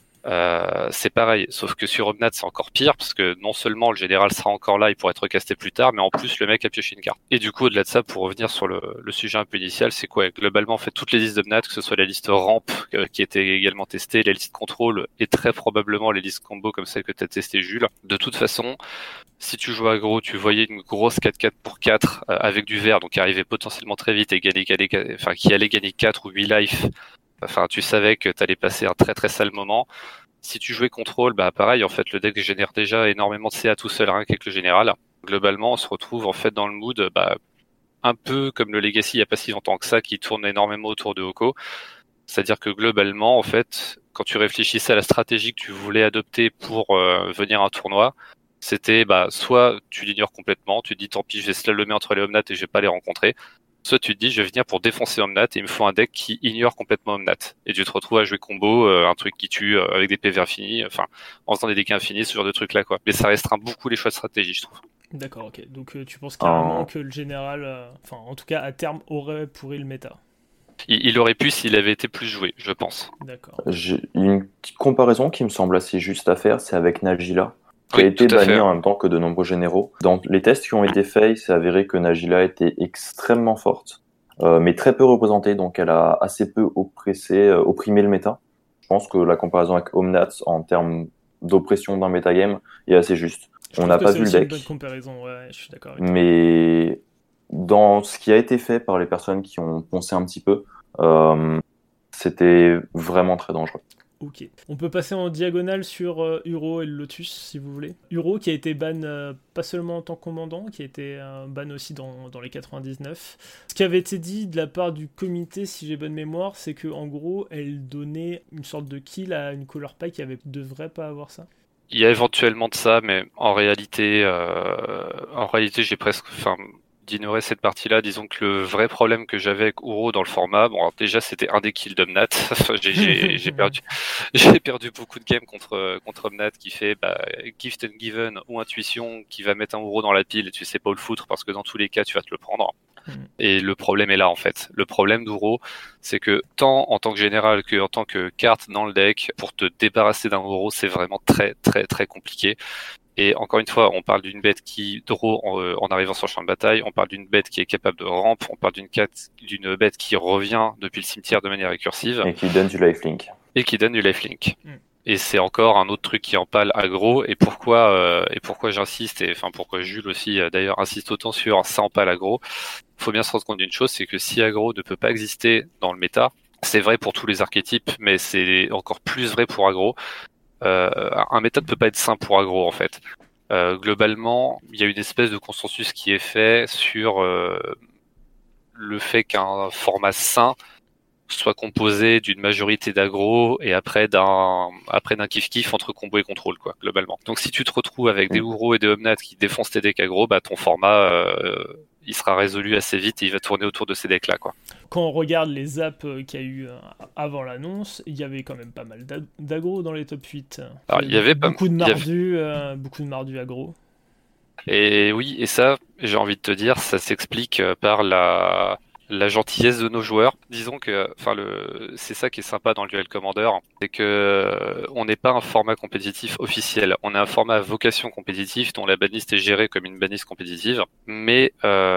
[SPEAKER 2] c'est pareil, sauf que sur Omnat c'est encore pire parce que non seulement le général sera encore là, il pourrait être recasté plus tard, mais en plus le mec a pioché une carte. Et du coup au-delà de ça, pour revenir sur le sujet un peu initial, c'est quoi globalement en fait toutes les listes d'Omnat, que ce soit la liste ramp qui était également testée, la liste contrôle et très probablement les listes combo comme celle que tu as testée Jules. De toute façon, si tu joues aggro, tu voyais une grosse 4-4 pour 4 avec du vert, donc qui arrivait potentiellement très vite et qui allait gagner 4 ou 8 life. Enfin, tu savais que tu allais passer un très très sale moment. Si tu jouais contrôle, bah pareil, en fait, le deck génère déjà énormément de CA tout seul, rien qu'avec le général. Globalement, on se retrouve en fait dans le mood, un peu comme le Legacy il n'y a pas si longtemps que ça, qui tourne énormément autour de Oko. C'est-à-dire que globalement, en fait, quand tu réfléchissais à la stratégie que tu voulais adopter pour venir à un tournoi, c'était soit tu l'ignores complètement, tu te dis tant pis, je vais slalomer entre les Omnat et je vais pas les rencontrer. Soit tu te dis, je vais venir pour défoncer Omnat et il me faut un deck qui ignore complètement Omnat. Et tu te retrouves à jouer combo, un truc qui tue avec des PV infinis, enfin, en faisant des decks infinis, ce genre de truc-là, quoi. Mais ça restreint beaucoup les choix de stratégie, je trouve.
[SPEAKER 1] D'accord, ok. Donc tu penses carrément que le général, enfin, en tout cas, à terme, aurait pourri le méta.
[SPEAKER 2] Il aurait pu s'il avait été plus joué, je pense.
[SPEAKER 1] D'accord.
[SPEAKER 3] J'ai une petite comparaison qui me semble assez juste à faire, c'est avec Nagila, qui a été banni en même temps que de nombreux généraux. Dans les tests qui ont été faits, il s'est avéré que Nagila était extrêmement forte, mais très peu représentée, donc elle a assez peu opprimé le méta. Je pense que la comparaison avec Omnat en termes d'oppression d'un metagame est assez juste. On n'a pas vu le deck.
[SPEAKER 1] C'est une bonne comparaison, ouais, je suis d'accord avec
[SPEAKER 3] mais dans ce qui a été fait par les personnes qui ont poncé un petit peu, c'était vraiment très dangereux.
[SPEAKER 1] Ok. On peut passer en diagonale sur Uro et le Lotus, si vous voulez. Uro qui a été ban pas seulement en tant que commandant, qui a été ban aussi dans les 99. Ce qui avait été dit de la part du comité, si j'ai bonne mémoire, c'est que en gros, elle donnait une sorte de kill à une color pack qui devrait pas avoir ça.
[SPEAKER 2] Il y a éventuellement de ça, mais en réalité, j'ai presque, d'ignorer cette partie-là. Disons que le vrai problème que j'avais avec Uro dans le format, bon, alors déjà c'était un des kills d'Omnat. j'ai perdu beaucoup de games contre Omnat qui fait Gift and Given ou Intuition qui va mettre un Uro dans la pile et tu sais pas où le foutre parce que dans tous les cas tu vas te le prendre. Et le problème est là en fait. Le problème d'Uro, c'est que tant en tant que général que en tant que carte dans le deck, pour te débarrasser d'un Uro, c'est vraiment très très très compliqué. Et encore une fois, on parle d'une bête qui draw en arrivant sur le champ de bataille, on parle d'une bête qui est capable de ramp, on parle d'une bête qui revient depuis le cimetière de manière récursive.
[SPEAKER 3] Et qui donne du lifelink.
[SPEAKER 2] Et c'est encore un autre truc qui empale aggro. Et pourquoi j'insiste, et enfin pourquoi Jules aussi d'ailleurs insiste autant sur ça empale aggro. Faut bien se rendre compte d'une chose, c'est que si aggro ne peut pas exister dans le méta, c'est vrai pour tous les archétypes, mais c'est encore plus vrai pour aggro. Un méta ne peut pas être sain pour aggro en fait. Globalement, il y a une espèce de consensus qui est fait sur le fait qu'un format sain soit composé d'une majorité d'aggro et après d'un kiff-kiff entre combo et contrôle, quoi, globalement. Donc si tu te retrouves avec des Uro et des Omnat qui défoncent tes decks aggro, ton format il sera résolu assez vite et il va tourner autour de ces decks-là, quoi.
[SPEAKER 1] Quand on regarde les zaps qu'il y a eu avant l'annonce, il y avait quand même pas mal d'aggro dans les top 8.
[SPEAKER 2] Alors, il y avait
[SPEAKER 1] beaucoup de mardus aggro.
[SPEAKER 2] Et oui, et ça, j'ai envie de te dire, ça s'explique par la gentillesse de nos joueurs. Disons que, enfin, c'est ça qui est sympa dans le Duel Commander, c'est que on n'est pas un format compétitif officiel. On est un format à vocation compétitive dont la banlist est gérée comme une banlist compétitive, mais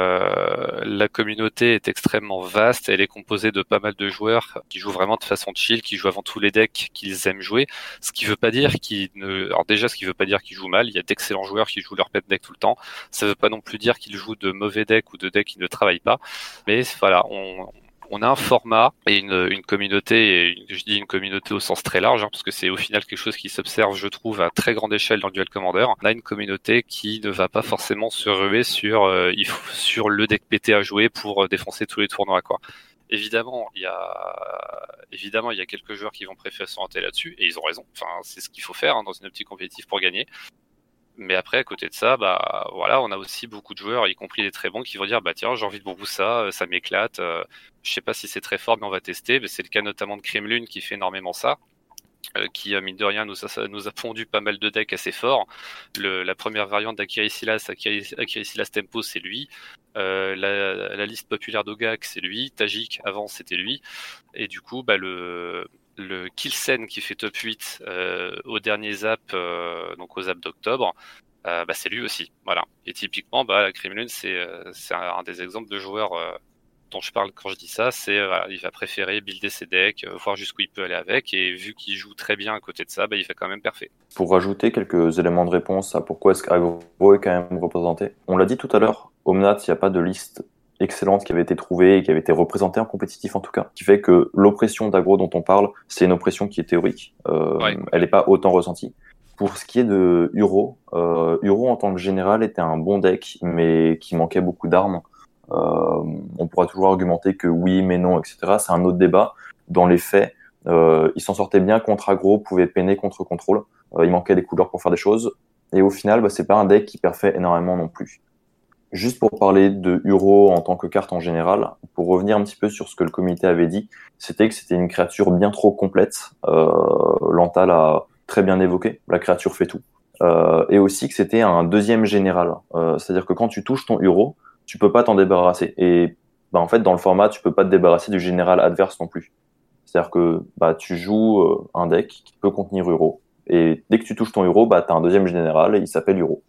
[SPEAKER 2] la communauté est extrêmement vaste. Elle est composée de pas mal de joueurs qui jouent vraiment de façon chill, qui jouent avant tout les decks qu'ils aiment jouer. Ce qui veut pas dire alors déjà, ce qui veut pas dire qu'ils jouent mal. Il y a d'excellents joueurs qui jouent leur pet deck tout le temps. Ça veut pas non plus dire qu'ils jouent de mauvais decks ou de decks qui ne travaillent pas. Mais voilà, on a un format et une communauté, et je dis une communauté au sens très large, parce que c'est au final quelque chose qui s'observe, je trouve, à très grande échelle dans le Duel Commander. On a une communauté qui ne va pas forcément se ruer sur le deck PT à jouer pour défoncer tous les tournois, quoi. Évidemment, il y a quelques joueurs qui vont préférer s'orienter là-dessus, et ils ont raison. Enfin, c'est ce qu'il faut faire dans une optique compétitive pour gagner. Mais après, à côté de ça, voilà, on a aussi beaucoup de joueurs, y compris des très bons, qui vont dire, tiens, j'ai envie de beaucoup ça m'éclate. Je sais pas si c'est très fort, mais on va tester. C'est le cas notamment de Kremlin qui fait énormément ça, qui mine de rien nous a pondu pas mal de decks assez forts. La première variante d'Akirisilas, Akirisilas Tempo, c'est lui. La liste populaire d'Ogak, c'est lui. Tajik, avant, c'était lui. Et du coup, le Kilsen qui fait top 8 au dernier zap, donc au zap d'octobre, c'est lui aussi. Voilà. Et typiquement, la Kremlin, c'est un des exemples de joueurs dont je parle quand je dis ça. Il va préférer builder ses decks, voir jusqu'où il peut aller avec, et vu qu'il joue très bien à côté de ça, il fait quand même parfait.
[SPEAKER 3] Pour rajouter quelques éléments de réponse à pourquoi est-ce qu'Agro est quand même représenté, on l'a dit tout à l'heure, Omnat, il n'y a pas de liste excellente qui avait été trouvée et qui avait été représentée en compétitif en tout cas, qui fait que l'oppression d'Agro dont on parle, c'est une oppression qui est théorique. Elle n'est pas autant ressentie. Pour ce qui est de Uro, Uro en tant que général était un bon deck, mais qui manquait beaucoup d'armes. On pourra toujours argumenter que oui, mais non, etc. C'est un autre débat. Dans les faits, il s'en sortait bien contre aggro, pouvait peiner contre contrôle. Il manquait des couleurs pour faire des choses. Et au final, c'est pas un deck qui perfait énormément non plus. Juste pour parler de Uro en tant que carte en général, pour revenir un petit peu sur ce que le comité avait dit, c'était que c'était une créature bien trop complète. Lanta l'a très bien évoqué, la créature fait tout. Et aussi que c'était un deuxième général. C'est-à-dire que quand tu touches ton Uro, tu peux pas t'en débarrasser. Et en fait, dans le format, tu peux pas te débarrasser du général adverse non plus. C'est-à-dire que tu joues un deck qui peut contenir Uro. Et dès que tu touches ton Uro, tu as un deuxième général et il s'appelle Uro.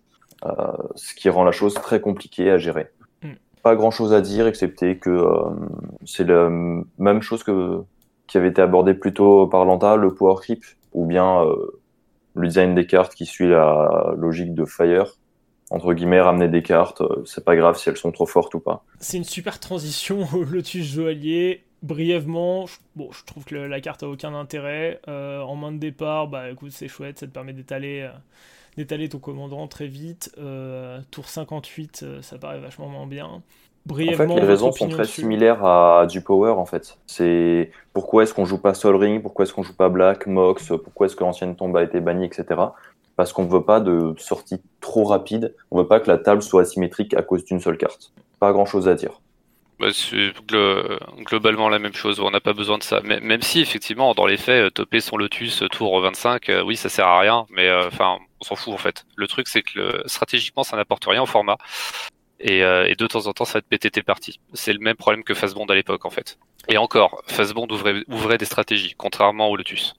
[SPEAKER 3] Ce qui rend la chose très compliquée à gérer. Pas grand-chose à dire, excepté que c'est la même chose qui avait été abordée plus tôt par Lanta, le power creep, ou bien le design des cartes qui suit la logique de Fire. Entre guillemets, ramener des cartes, c'est pas grave si elles sont trop fortes ou pas.
[SPEAKER 1] C'est une super transition au Lotus Joaillier. Brièvement, je trouve que la carte a aucun intérêt. En main de départ, écoute, c'est chouette, ça te permet d'étaler ton commandant très vite. Tour 58, ça paraît vachement moins bien.
[SPEAKER 3] Brièvement, en fait, les raisons sont très similaires à du Power, en fait. C'est pourquoi est-ce qu'on joue pas Sol Ring, pourquoi est-ce qu'on joue pas Black, Mox, pourquoi est-ce que l'ancienne tombe a été bannie, etc. Parce qu'on ne veut pas de sortie trop rapide, on ne veut pas que la table soit asymétrique à cause d'une seule carte. Pas grand-chose à dire.
[SPEAKER 2] C'est globalement la même chose, on n'a pas besoin de ça. Mais, même si, effectivement, dans les faits, topper son Lotus tour 25, oui, ça sert à rien, mais on s'en fout en fait. Le truc, c'est que stratégiquement, ça n'apporte rien au format. Et de temps en temps, ça va te péter tes parties. C'est le même problème que Fastbond à l'époque, en fait. Et encore, Fastbond ouvrait des stratégies, contrairement au Lotus.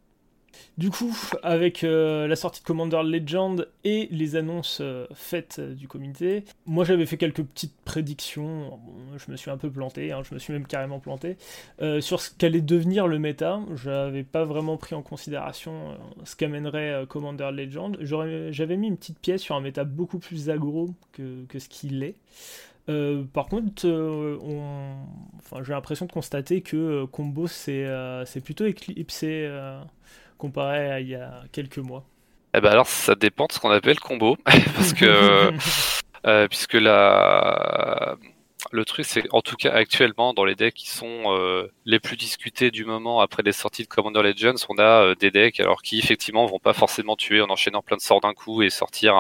[SPEAKER 1] Du coup, avec la sortie de Commander Legend et les annonces faites du comité, moi j'avais fait quelques petites prédictions, je me suis un peu planté, je me suis même carrément planté, sur ce qu'allait devenir le méta. J'avais pas vraiment pris en considération ce qu'amènerait Commander Legend. J'avais mis une petite pièce sur un méta beaucoup plus aggro que ce qu'il est. Par contre, j'ai l'impression de constater que Combo c'est plutôt éclipsé comparé à il y a quelques mois.
[SPEAKER 2] Alors ça dépend de ce qu'on appelle combo, parce que puisque le truc c'est en tout cas actuellement dans les decks qui sont les plus discutés du moment après les sorties de Commander Legends, on a des decks alors qui effectivement vont pas forcément tuer en enchaînant plein de sorts d'un coup et sortir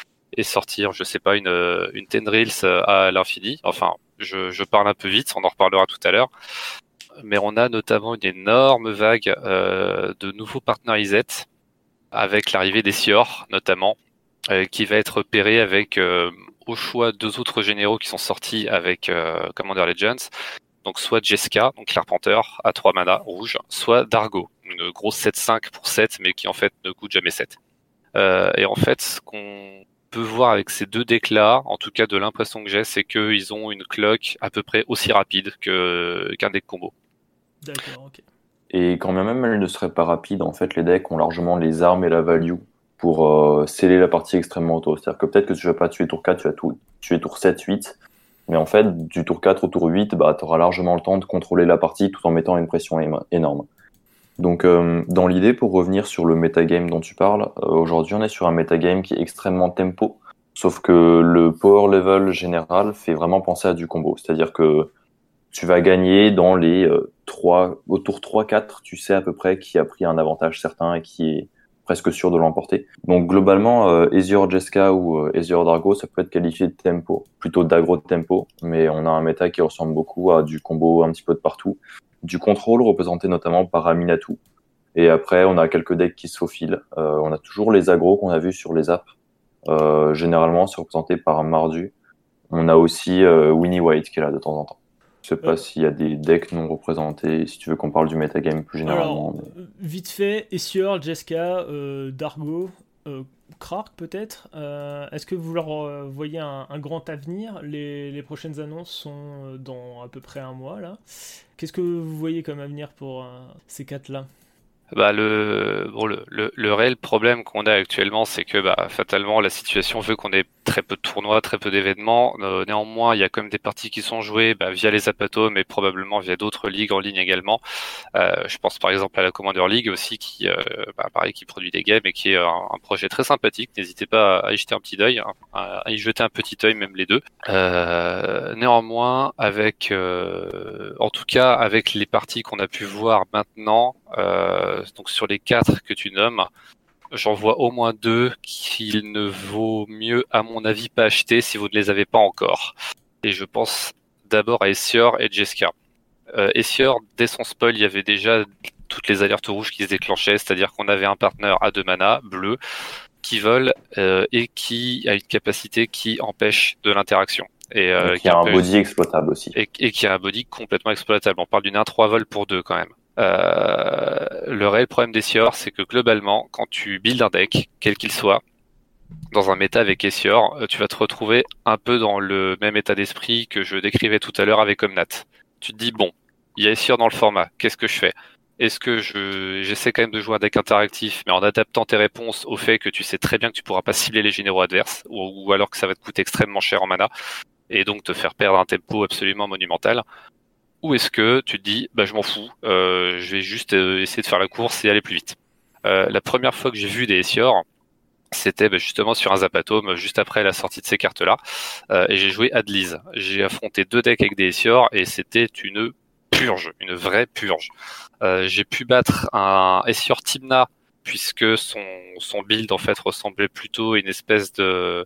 [SPEAKER 2] je sais pas une Tendrils à l'infini. Enfin, je parle un peu vite, on en reparlera tout à l'heure. Mais on a notamment une énorme vague de nouveaux partenaires IZ avec l'arrivée des Sior notamment. qui va être pairé avec au choix 2 autres généraux qui sont sortis avec Commander Legends. Donc soit Jeska, donc l'Arpenteur, à 3 mana rouge, soit Dargo, une grosse 7/5 pour 7, mais qui en fait ne coûte jamais 7. Et en fait, ce qu'on peut voir avec ces deux decks-là, en tout cas de l'impression que j'ai, c'est qu'ils ont une clock à peu près aussi rapide qu'un deck combo.
[SPEAKER 1] D'accord, ok.
[SPEAKER 3] Et quand bien même elle ne serait pas rapide, en fait, les decks ont largement les armes et la value pour sceller la partie extrêmement tôt. C'est-à-dire que peut-être que tu vas pas tuer tour 4, tu vas tuer tour 7, 8. Mais en fait, du tour 4 au tour 8, bah, tu auras largement le temps de contrôler la partie tout en mettant une pression énorme. Donc, dans l'idée, pour revenir sur le metagame dont tu parles, aujourd'hui, on est sur un metagame qui est extrêmement tempo, sauf que le power level général fait vraiment penser à du combo. C'est-à-dire que tu vas gagner dans les au tour 3-4, tu sais à peu près qui a pris un avantage certain et qui est presque sûr de l'emporter. Donc globalement, Ezreal Jeska ou Ezreal Dargo, ça peut être qualifié de tempo, plutôt d'aggro de tempo, mais on a un méta qui ressemble beaucoup à du combo un petit peu de partout. Du contrôle représenté notamment par Aminatou. Et après, on a quelques decks qui se faufilent. On a toujours les aggros qu'on a vus sur les apps. Généralement, c'est représenté par Mardu. On a aussi Winnie White qui est là de temps en temps. Je sais pas s'il y a des decks non représentés, si tu veux qu'on parle du metagame plus généralement.
[SPEAKER 1] Alors, vite fait, Ezreal, Jeska, Dargo, Krark peut-être. Est-ce que vous leur voyez un grand avenir? Les prochaines annonces sont dans à peu près un mois là. Qu'est-ce que vous voyez comme avenir pour ces quatre-là?
[SPEAKER 2] Bah le réel problème qu'on a actuellement, c'est que fatalement la situation veut qu'on ait très peu de tournois, très peu d'événements. Néanmoins, il y a quand même des parties qui sont jouées via les Zapatomes et probablement via d'autres ligues en ligne également. Je pense par exemple à la Commander League aussi qui pareil, qui produit des games et qui est un projet très sympathique. N'hésitez pas à y jeter un petit œil, à y jeter un petit œil, même les deux. Néanmoins, en tout cas avec les parties qu'on a pu voir maintenant, donc sur les 4 que tu nommes, j'en vois au moins 2 qu'il ne vaut mieux, à mon avis, pas acheter si vous ne les avez pas encore. Et je pense d'abord à Essior et Jeska. Essior, dès son spoil, il y avait déjà toutes les alertes rouges qui se déclenchaient, c'est-à-dire qu'on avait un partenaire à 2 mana, bleu, qui vole et qui a une capacité qui empêche de l'interaction. Et
[SPEAKER 3] qui a un body exploitable aussi.
[SPEAKER 2] Et qui a un body complètement exploitable. On parle d'une 1-3 vol pour 2 quand même. Le réel problème d'Essior, c'est que globalement, quand tu builds un deck, quel qu'il soit, dans un méta avec Essior, tu vas te retrouver un peu dans le même état d'esprit que je décrivais tout à l'heure avec Omnat. Tu te dis, bon, il y a Essior dans le format, qu'est-ce que je fais? Est-ce que j'essaie quand même de jouer un deck interactif, mais en adaptant tes réponses au fait que tu sais très bien que tu pourras pas cibler les généraux adverses, ou alors que ça va te coûter extrêmement cher en mana, et donc te faire perdre un tempo absolument monumental? Ou est-ce que tu te dis, je m'en fous, je vais juste essayer de faire la course et aller plus vite. La première fois que j'ai vu des Essior, c'était justement sur un Zapatome, juste après la sortie de ces cartes-là, et j'ai joué Adlise. J'ai affronté 2 decks avec des Essior, et c'était une purge, une vraie purge. J'ai pu battre un Essior Tymna, puisque son build en fait ressemblait plutôt à une espèce de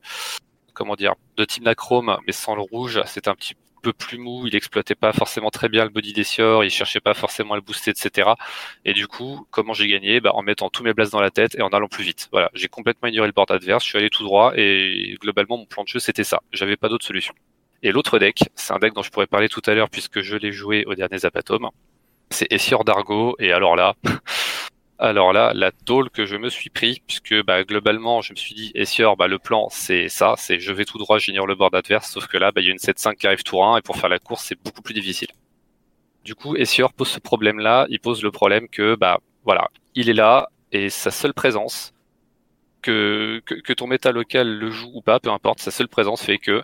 [SPEAKER 2] Tymna Chrome, mais sans le rouge. C'était un petit peu plus mou, il exploitait pas forcément très bien le body d'Essior, il cherchait pas forcément à le booster, etc. Et du coup, comment j'ai gagné? En mettant tous mes blasts dans la tête et en allant plus vite. Voilà, j'ai complètement ignoré le board adverse, je suis allé tout droit et globalement mon plan de jeu c'était ça. J'avais pas d'autre solution. Et l'autre deck, c'est un deck dont je pourrais parler tout à l'heure puisque je l'ai joué au dernier Zapatome. C'est Essior Dargo et alors là, la tôle que je me suis pris, puisque globalement, je me suis dit, Essior, le plan, c'est ça, c'est je vais tout droit, j'ignore le board adverse, sauf que là, il y a une 7-5 qui arrive tour 1, et pour faire la course, c'est beaucoup plus difficile. Du coup, Essior pose ce problème-là, il pose le problème que, voilà, il est là, et sa seule présence, que ton méta local le joue ou pas, peu importe, sa seule présence fait que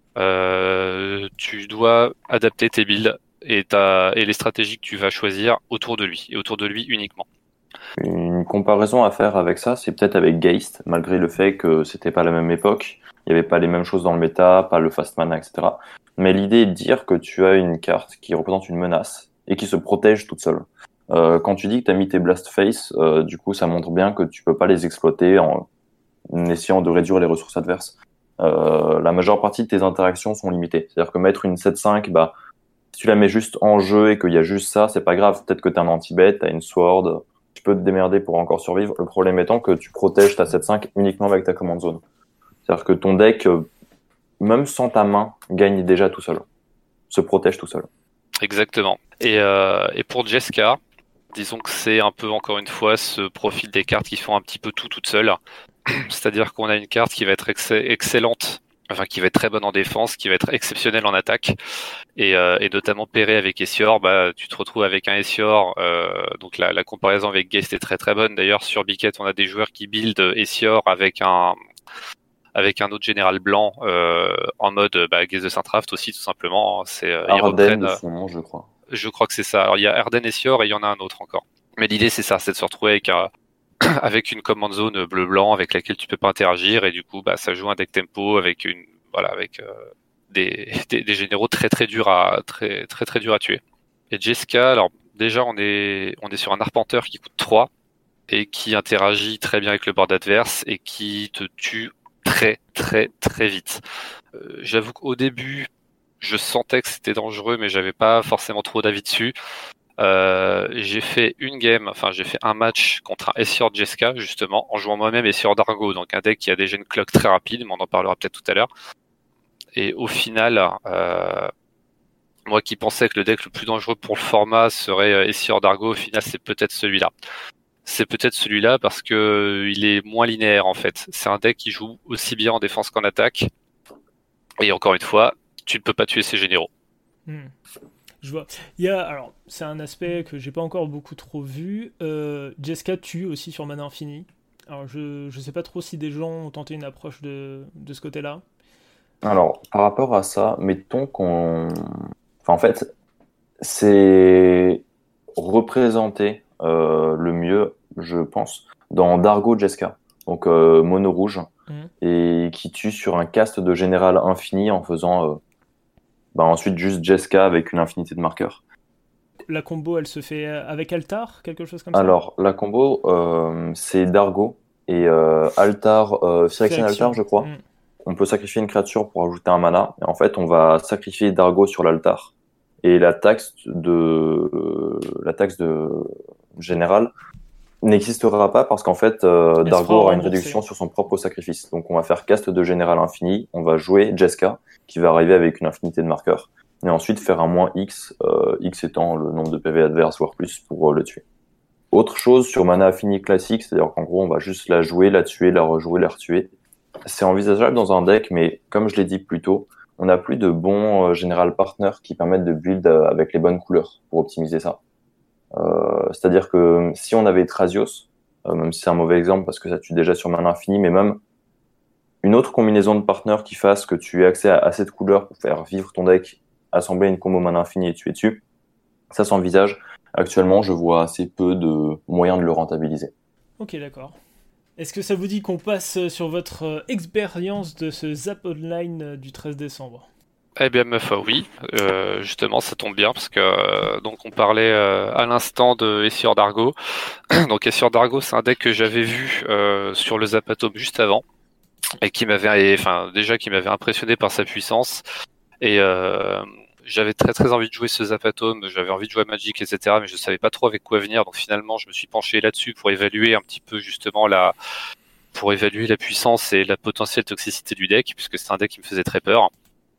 [SPEAKER 2] tu dois adapter tes builds et les stratégies que tu vas choisir autour de lui, et autour de lui uniquement.
[SPEAKER 3] Une comparaison à faire avec ça, c'est peut-être avec Geist, malgré le fait que c'était pas la même époque, il n'y avait pas les mêmes choses dans le méta, pas le fast mana, etc. Mais l'idée est de dire que tu as une carte qui représente une menace et qui se protège toute seule. Quand tu dis que tu as mis tes Blast Face, du coup ça montre bien que tu peux pas les exploiter en essayant de réduire les ressources adverses. La majeure partie de tes interactions sont limitées. C'est-à-dire que mettre une 7-5, si tu la mets juste en jeu et qu'il y a juste ça, c'est pas grave. Peut-être que tu as un anti-bet, tu as une sword, tu peux te démerder pour encore survivre. Le problème étant que tu protèges ta 7-5 uniquement avec ta command zone. C'est-à-dire que ton deck, même sans ta main, gagne déjà tout seul, se protège tout seul.
[SPEAKER 2] Exactement. Et pour Jeska, disons que c'est un peu, encore une fois, ce profil des cartes qui font un petit peu tout toutes seules. C'est-à-dire qu'on a une carte qui va être excellente, enfin qui va être très bonne en défense, qui va être exceptionnelle en attaque, et notamment pairée avec Essior, bah tu te retrouves avec un Essior, donc la comparaison avec Geist est très très bonne. D'ailleurs sur Biquette, on a des joueurs qui build Essior avec un autre général blanc en mode Geist de Saint-Traft aussi, tout simplement. C'est ils reprennent
[SPEAKER 3] de son nom, je crois.
[SPEAKER 2] Je crois que c'est ça. Alors, il y a Erden Essior et il y en a un autre encore. Mais l'idée c'est ça, c'est de se retrouver avec avec une command zone bleu-blanc avec laquelle tu peux pas interagir, et du coup ça joue un deck tempo avec des généraux très très durs à tuer. Et Jeska, alors déjà on est sur un arpenteur qui coûte 3 et qui interagit très bien avec le board adverse et qui te tue très très très vite. J'avoue qu'au début je sentais que c'était dangereux, mais j'avais pas forcément trop d'avis dessus. J'ai fait un match contre un Essior Jeska, justement, en jouant moi-même Essior d'Argo, donc un deck qui a déjà une clock très rapide, mais on en parlera peut-être tout à l'heure. Et au final, moi qui pensais que le deck le plus dangereux pour le format serait Essior d'Argo, au final c'est peut-être celui-là. C'est peut-être celui-là parce que il est moins linéaire en fait. C'est un deck qui joue aussi bien en défense qu'en attaque. Et encore une fois, tu ne peux pas tuer ses généraux.
[SPEAKER 1] Je vois. Alors, c'est un aspect que j'ai pas encore beaucoup trop vu. Jeska tue aussi sur mana infini. Alors, je sais pas trop si des gens ont tenté une approche de ce côté-là.
[SPEAKER 3] Alors, par rapport à ça, mettons qu'on... Enfin, en fait, c'est représenté le mieux, je pense, dans Dargo Jeska, donc mono rouge, et qui tue sur un cast de général infini en faisant ensuite juste Jeska avec une infinité de marqueurs.
[SPEAKER 1] La combo, elle se fait avec Altar, quelque chose comme ça?
[SPEAKER 3] Alors, la combo, c'est Dargo et Altar, Phyrexian Altar, je crois. On peut sacrifier une créature pour ajouter un mana, et en fait, on va sacrifier Dargo sur l'altar. Et la taxe de général n'existera pas parce qu'en fait, Dargo aura une réduction sur son propre sacrifice. Donc, on va faire cast de général infini, on va jouer Jeska, qui va arriver avec une infinité de marqueurs, et ensuite faire un moins X, X étant le nombre de PV adverse, voire plus, pour le tuer. Autre chose sur mana infini classique, c'est-à-dire qu'en gros, on va juste la jouer, la tuer, la rejouer, la retuer. C'est envisageable dans un deck, mais comme je l'ai dit plus tôt, on n'a plus de bons général partners qui permettent de build avec les bonnes couleurs pour optimiser ça. C'est-à-dire que si on avait Thrasios, même si c'est un mauvais exemple parce que ça tue déjà sur mana infini, mais même une autre combinaison de partners qui fasse que tu aies accès à assez de couleurs pour faire vivre ton deck, assembler une combo mana infini et tuer dessus, ça s'envisage. Actuellement, je vois assez peu de moyens de le rentabiliser.
[SPEAKER 1] Ok, d'accord. Est-ce que ça vous dit qu'on passe sur votre expérience de ce Zap Online du 13 décembre ?
[SPEAKER 2] Eh bien, ma foi, oui. Justement, ça tombe bien parce que donc on parlait à l'instant de Essior d'Argo. Donc Essior d'Argo, c'est un deck que j'avais vu sur le Zapatome juste avant et qui m'avait impressionné par sa puissance. Et j'avais très très envie de jouer ce Zapatome, j'avais envie de jouer à Magic, etc. Mais je savais pas trop avec quoi venir. Donc finalement, je me suis penché là-dessus pour évaluer un petit peu justement la puissance et la potentielle toxicité du deck, puisque c'est un deck qui me faisait très peur.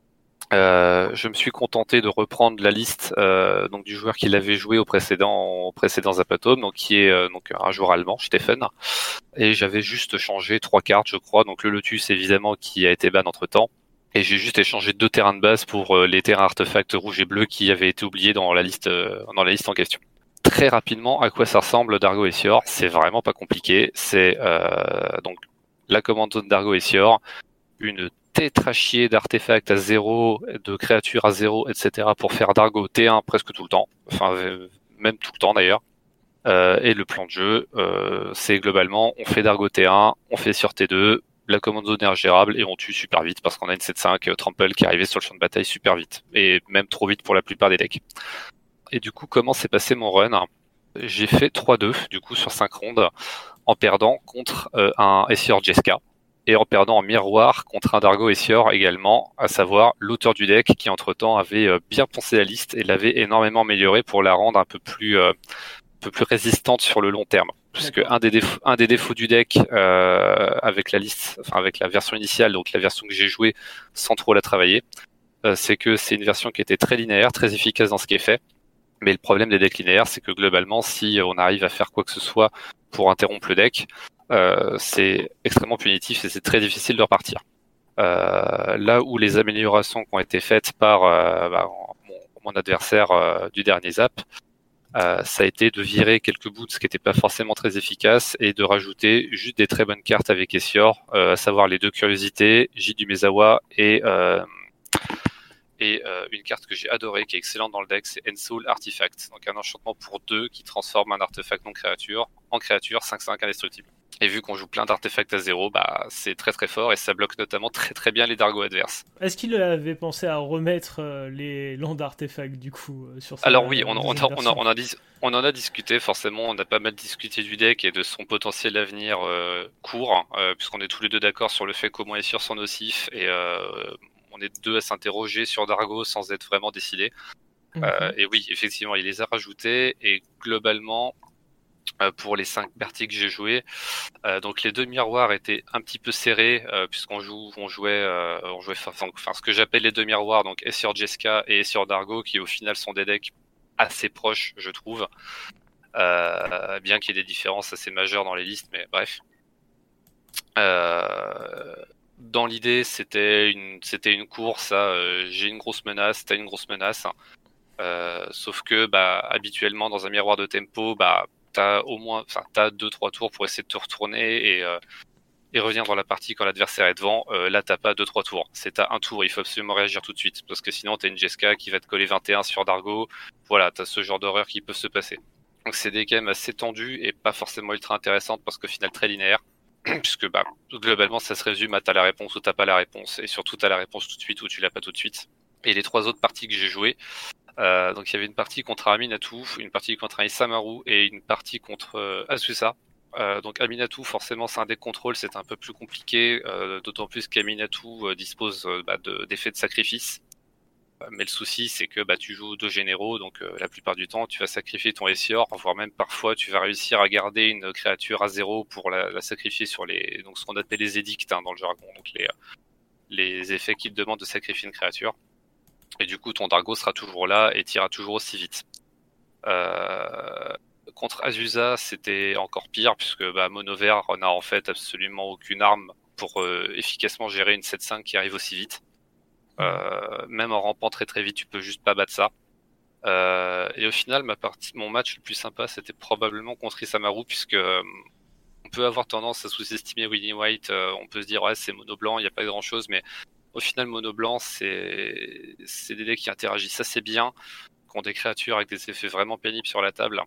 [SPEAKER 2] Je me suis contenté de reprendre la liste donc du joueur qui l'avait joué au précédent Zapatome, donc qui est donc un joueur allemand, Stephen, et j'avais juste changé 3 cartes, je crois, donc le Lotus évidemment qui a été ban entre temps, et j'ai juste échangé 2 terrains de base pour les terrains artefacts rouge et bleu qui avaient été oubliés dans la liste en question. Très rapidement, à quoi ça ressemble Dargo Essior? C'est vraiment pas compliqué. C'est donc la commande zone Dargo Essior, une tétrachier d'artefacts à 0, de créatures à 0, etc. pour faire Dargo T1 presque tout le temps, enfin même tout le temps d'ailleurs. Et le plan de jeu, c'est globalement on fait Dargo T1, on fait sur T2, la commande zone est ingérable et on tue super vite parce qu'on a une 7-5 Trample qui est arrivée sur le champ de bataille super vite, et même trop vite pour la plupart des decks. Et du coup, comment s'est passé mon run? J'ai fait 3-2 du coup sur 5 rondes en perdant contre un Essior Jeska et en perdant en miroir contre un Dargo Essior également, à savoir l'auteur du deck qui entre-temps avait bien poncé la liste et l'avait énormément améliorée pour la rendre un peu plus résistante sur le long terme. Parce que
[SPEAKER 1] D'accord.
[SPEAKER 2] un des défauts du deck avec la liste, enfin avec la version initiale, donc la version que j'ai jouée sans trop la travailler, c'est que c'est une version qui était très linéaire, très efficace dans ce qui est fait. Mais le problème des decks linéaires, c'est que globalement, si on arrive à faire quoi que ce soit pour interrompre le deck, c'est extrêmement punitif et c'est très difficile de repartir. Là où les améliorations qui ont été faites par mon adversaire du dernier zap, ça a été de virer quelques boots qui n'étaient pas forcément très efficaces et de rajouter juste des très bonnes cartes avec Essior, à savoir les deux curiosités, J du Mezawa et une carte que j'ai adorée, qui est excellente dans le deck, c'est Ensoul Artifact. Donc un enchantement pour 2 qui transforme un artefact non créature en créature 5/5 indestructible. Et vu qu'on joue plein d'artefacts à 0, bah c'est très très fort et ça bloque notamment très très bien les Dargo adverses.
[SPEAKER 1] Est-ce qu'il avait pensé à remettre les lands d'artefacts du coup sur sa
[SPEAKER 2] Alors oui,
[SPEAKER 1] deuxième version
[SPEAKER 2] on en a discuté, forcément, on a pas mal discuté du deck et de son potentiel avenir court, puisqu'on est tous les deux d'accord sur le fait qu'au moins Essior sont nocifs et on est deux à s'interroger sur Dargo sans être vraiment décidés. Et oui, effectivement, il les a rajoutés et globalement, pour les 5 parties que j'ai jouées, donc les deux miroirs étaient un petit peu serrés puisqu'on jouait enfin ce que j'appelle les deux miroirs, donc Essior Jeska et Essior Dargo, qui au final sont des decks assez proches, je trouve, bien qu'il y ait des différences assez majeures dans les listes, mais bref. Dans l'idée, c'était une course à j'ai une grosse menace, t'as une grosse menace. Sauf que habituellement dans un miroir de tempo, t'as 2-3 tours pour essayer de te retourner et revenir dans la partie quand l'adversaire est devant. Là, t'as pas 2-3 tours. C'est à un tour, il faut absolument réagir tout de suite. Parce que sinon, t'as une Jeska qui va te coller 21 sur Dargo. Voilà, t'as ce genre d'horreur qui peut se passer. Donc c'est des games assez tendus et pas forcément ultra intéressantes parce qu'au final très linéaire. Puisque globalement ça se résume à t'as la réponse ou t'as pas la réponse. Et surtout t'as la réponse tout de suite ou tu l'as pas tout de suite. Et les 3 autres parties que j'ai jouées, donc il y avait une partie contre Aminatou, une partie contre Isamaru et une partie contre Asusa. Donc Aminatou, forcément c'est un deck contrôle, c'est un peu plus compliqué, d'autant plus qu'Aminatou dispose d'effets de sacrifice. Mais le souci c'est que tu joues 2 généraux, donc la plupart du temps tu vas sacrifier ton Essior, voire même parfois tu vas réussir à garder une créature à 0 pour la sacrifier sur ce qu'on appelle les édicts dans le jargon, donc les effets qui te demandent de sacrifier une créature. Et du coup, ton Dargo sera toujours là et t'ira toujours aussi vite. Contre Azusa, c'était encore pire, puisque Mono Vert n'a en fait absolument aucune arme pour efficacement gérer une 7-5 qui arrive aussi vite. Même en rampant très très vite, tu peux juste pas battre ça. Et au final, mon match le plus sympa, c'était probablement contre Isamaru, puisque on peut avoir tendance à sous-estimer Winnie White. On peut se dire, ouais, c'est mono blanc, il n'y a pas grand chose, mais au final, mono blanc, c'est des decks qui interagissent assez bien, qui ont des créatures avec des effets vraiment pénibles sur la table,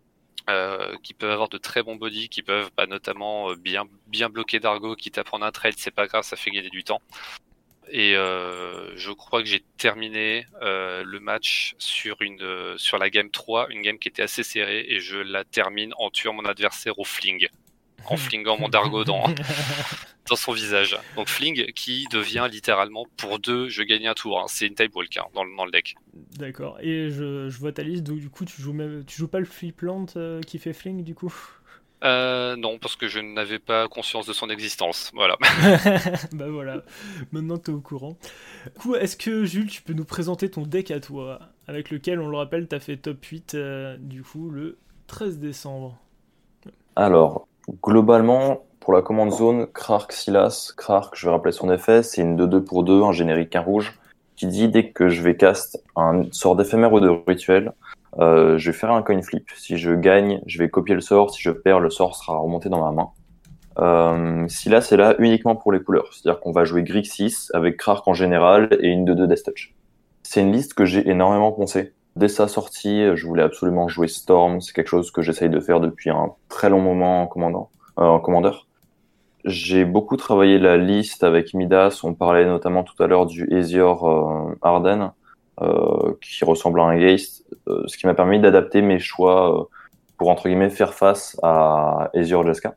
[SPEAKER 2] qui peuvent avoir de très bons bodies, qui peuvent notamment bien bloquer Dargo, quitte à prendre un trade, c'est pas grave, ça fait gagner du temps. Et je crois que j'ai terminé le match sur la game 3, une game qui était assez serrée, et je la termine en tuant mon adversaire au fling, en flingant mon Dargo dans son visage. Donc fling qui devient littéralement pour 2, je gagne un tour. C'est une type walk dans le deck.
[SPEAKER 1] D'accord. Et je vois ta liste, donc du coup tu joues pas le flipland qui fait fling du coup
[SPEAKER 2] Non, parce que je n'avais pas conscience de son existence. Voilà.
[SPEAKER 1] Voilà, maintenant t'es au courant. Du coup, est-ce que Jules, tu peux nous présenter ton deck à toi, avec lequel, on le rappelle, t'as fait top 8 du coup le 13 décembre.
[SPEAKER 3] Alors, globalement, pour la commande zone, Krark, Silas, Krark, je vais rappeler son effet, c'est une 2-2 pour 2, un générique, un rouge, qui dit dès que je vais cast un sort d'éphémère ou de rituel, je vais faire un coin flip. Si je gagne, je vais copier le sort, si je perds, le sort sera remonté dans ma main. Silas est là uniquement pour les couleurs, c'est-à-dire qu'on va jouer Grixis avec Krark en général et une 2-2 Death Touch. C'est une liste que j'ai énormément poncée. Dès sa sortie, je voulais absolument jouer Storm. C'est quelque chose que j'essaye de faire depuis un très long moment en commandeur. J'ai beaucoup travaillé la liste avec Midas. On parlait notamment tout à l'heure du Essior Arden, qui ressemble à un Geist, ce qui m'a permis d'adapter mes choix pour, entre guillemets, faire face à Essior Jeska.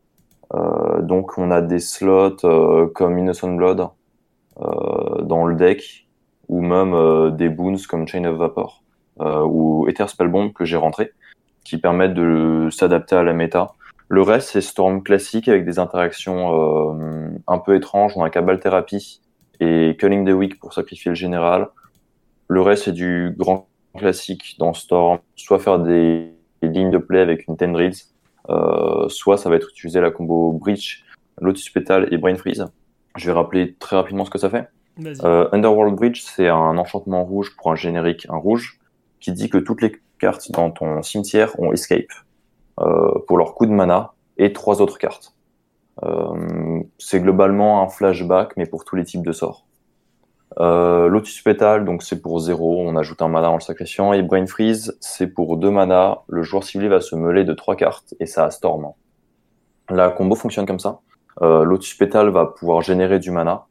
[SPEAKER 3] Donc on a des slots comme Innocent Blood dans le deck, ou même des boons comme Chain of Vapor ou Ether Spellbomb que j'ai rentré. qui permettent de s'adapter à la méta. Le reste, c'est Storm classique avec des interactions un peu étranges. On a Cabal Therapy et Culling the Weak pour sacrifier le général. Le reste, c'est du grand classique dans Storm, soit faire des lignes de play avec une Tendrils, soit ça va être utiliser la combo Breach, Lotus Petal et Brain Freeze. Je vais rappeler très rapidement ce que ça fait. Underworld Breach, c'est un enchantement rouge pour un générique, un rouge, qui dit que toutes les cartes dans ton cimetière ont Escape pour leur coût de mana et 3 autres cartes. C'est globalement un flashback, mais pour tous les types de sorts. Lotus Petal, donc c'est pour 0, on ajoute un mana en le sacrifiant, et Brain Freeze, c'est pour 2 mana, le joueur ciblé va se mêler de 3 cartes, et ça a Storm. La combo fonctionne comme ça. Lotus Petal va pouvoir générer du mana,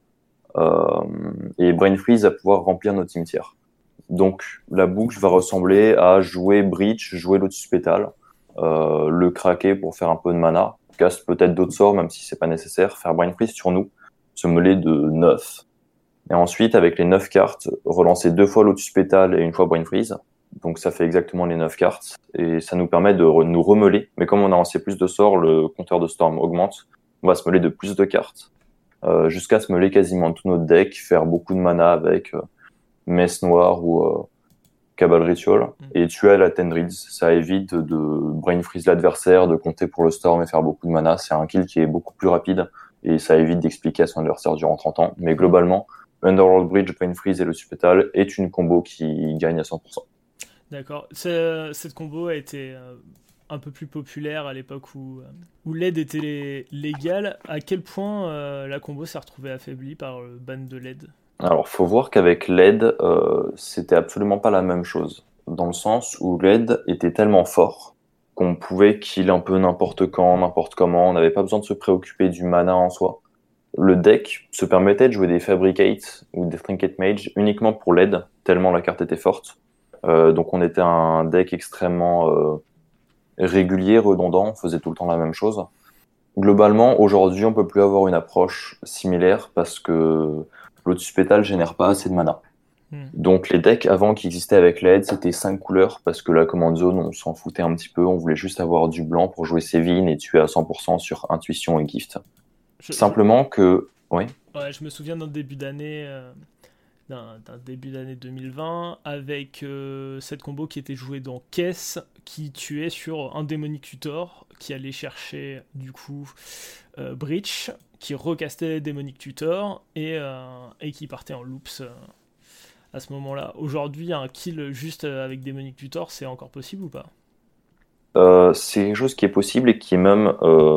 [SPEAKER 3] et Brain Freeze va pouvoir remplir notre cimetière. Donc la boucle va ressembler à jouer Breach, jouer Lotus Petal, le craquer pour faire un peu de mana, casse peut-être d'autres sorts, même si c'est pas nécessaire, faire Brain Freeze sur nous, se mêler de 9. Et ensuite, avec les 9 cartes, relancer 2 fois Lotus Petal et 1 fois Brain Freeze. Donc ça fait exactement les 9 cartes. Et ça nous permet de nous remeler. Mais comme on a lancé plus de sorts, le compteur de Storm augmente. On va se mêler de plus de cartes. Jusqu'à se mêler quasiment tout notre deck, faire beaucoup de mana avec Messe Noire ou Cabal Ritual. Et tuer à la Tendrils. Ça évite de Brain Freeze l'adversaire, de compter pour le Storm et faire beaucoup de mana. C'est un kill qui est beaucoup plus rapide. Et ça évite d'expliquer à son adversaire durant 30 ans. Mais globalement, Underworld Breach, Brain Freeze et le Petal est une combo qui gagne à 100%.
[SPEAKER 1] D'accord. Cette combo a été un peu plus populaire à l'époque où l'aide était légale. À quel point la combo s'est retrouvée affaiblie par le ban de l'aide ?
[SPEAKER 3] Alors, faut voir qu'avec l'aide, c'était absolument pas la même chose. Dans le sens où l'aide était tellement fort qu'on pouvait kill un peu n'importe quand, n'importe comment. On n'avait pas besoin de se préoccuper du mana en soi. Le deck se permettait de jouer des Fabricate ou des Trinket Mage uniquement pour l'aide, tellement la carte était forte. Donc on était un deck extrêmement régulier, redondant, on faisait tout le temps la même chose. Globalement, aujourd'hui, on peut plus avoir une approche similaire parce que Lotus Petal génère pas assez de mana. Donc les decks avant qui existaient avec l'aide, c'était 5 couleurs parce que la command zone, on s'en foutait un petit peu, on voulait juste avoir du blanc pour jouer Sévine et tuer à 100% sur intuition et gift. Simplement que... Oui.
[SPEAKER 1] Ouais, je me souviens d'un début d'année 2020 avec cette combo qui était jouée dans Caisse, qui tuait sur un Demonic Tutor, qui allait chercher du coup Breach, qui recastait Demonic Tutor et qui partait en loops à ce moment-là. Aujourd'hui, un kill juste avec Demonic Tutor, c'est encore possible ou pas ?
[SPEAKER 3] C'est quelque chose qui est possible et qui est même...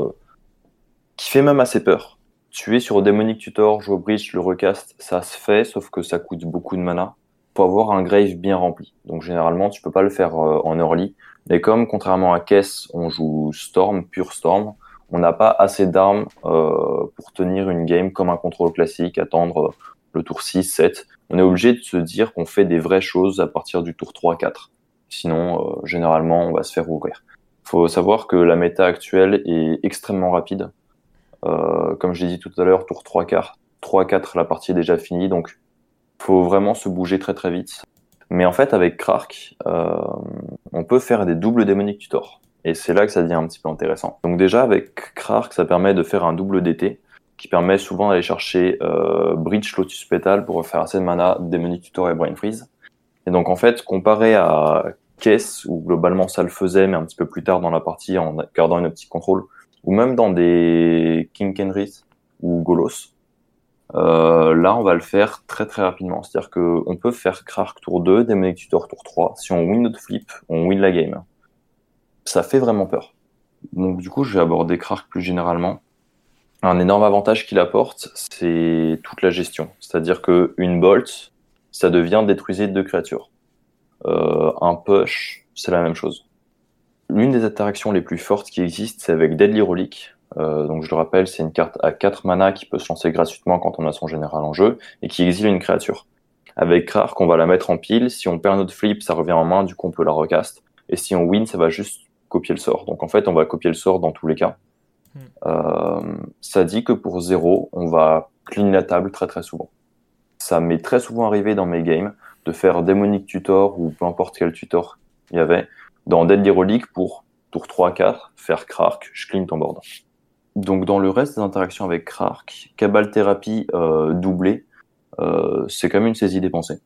[SPEAKER 3] qui fait même assez peur. Tuer sur Demonic Tutor, jouer Breach, le recast, ça se fait, sauf que ça coûte beaucoup de mana. Faut avoir un grave bien rempli. Donc généralement, tu peux pas le faire en early. Mais comme, contrairement à Kess, on joue Storm, pure Storm, on n'a pas assez d'armes pour tenir une game comme un contrôle classique, attendre le tour 6, 7. On est obligé de se dire qu'on fait des vraies choses à partir du tour 3, 4. Sinon, généralement, on va se faire ouvrir. Faut savoir que la méta actuelle est extrêmement rapide. Comme je l'ai dit tout à l'heure, tour 3-4, la partie est déjà finie, donc faut vraiment se bouger très très vite. Mais en fait, avec Krark, on peut faire des doubles Demonic Tutor. Et c'est là que ça devient un petit peu intéressant. Donc déjà, avec Krark, ça permet de faire un double DT, qui permet souvent d'aller chercher Breach, Lotus Petal pour faire assez de mana, Demonic Tutor et Brain Freeze. Et donc en fait, comparé à Kess, où globalement ça le faisait, mais un petit peu plus tard dans la partie, en gardant une optique contrôle, ou même dans des King Kenrith ou Golos, là on va le faire très très rapidement. C'est-à-dire qu'on peut faire Krark tour 2, Demonic Tutor tour 3. Si on win notre flip, on win la game. Ça fait vraiment peur. Donc du coup, je vais aborder Krark plus généralement. Un énorme avantage qu'il apporte, c'est toute la gestion. C'est-à-dire qu'une bolt, ça devient détruisé de 2 créatures. Un push, c'est la même chose. L'une des interactions les plus fortes qui existent, c'est avec Deadly Relic. Donc je le rappelle, c'est une carte à 4 mana qui peut se lancer gratuitement quand on a son général en jeu et qui exile une créature. Avec Krark, on va la mettre en pile. Si on perd notre flip, ça revient en main, du coup on peut la recast. Et si on win, ça va juste copier le sort. Donc en fait, on va copier le sort dans tous les cas. Ça dit que pour 0, on va clean la table très très souvent. Ça m'est très souvent arrivé dans mes games de faire Demonic Tutor ou peu importe quel tutor il y avait, dans Deadly Relic pour tour 3-4, faire Krark, je clean ton board. Donc dans le reste des interactions avec Krark, Cabal Thérapie doublé, c'est quand même une saisie dépensée.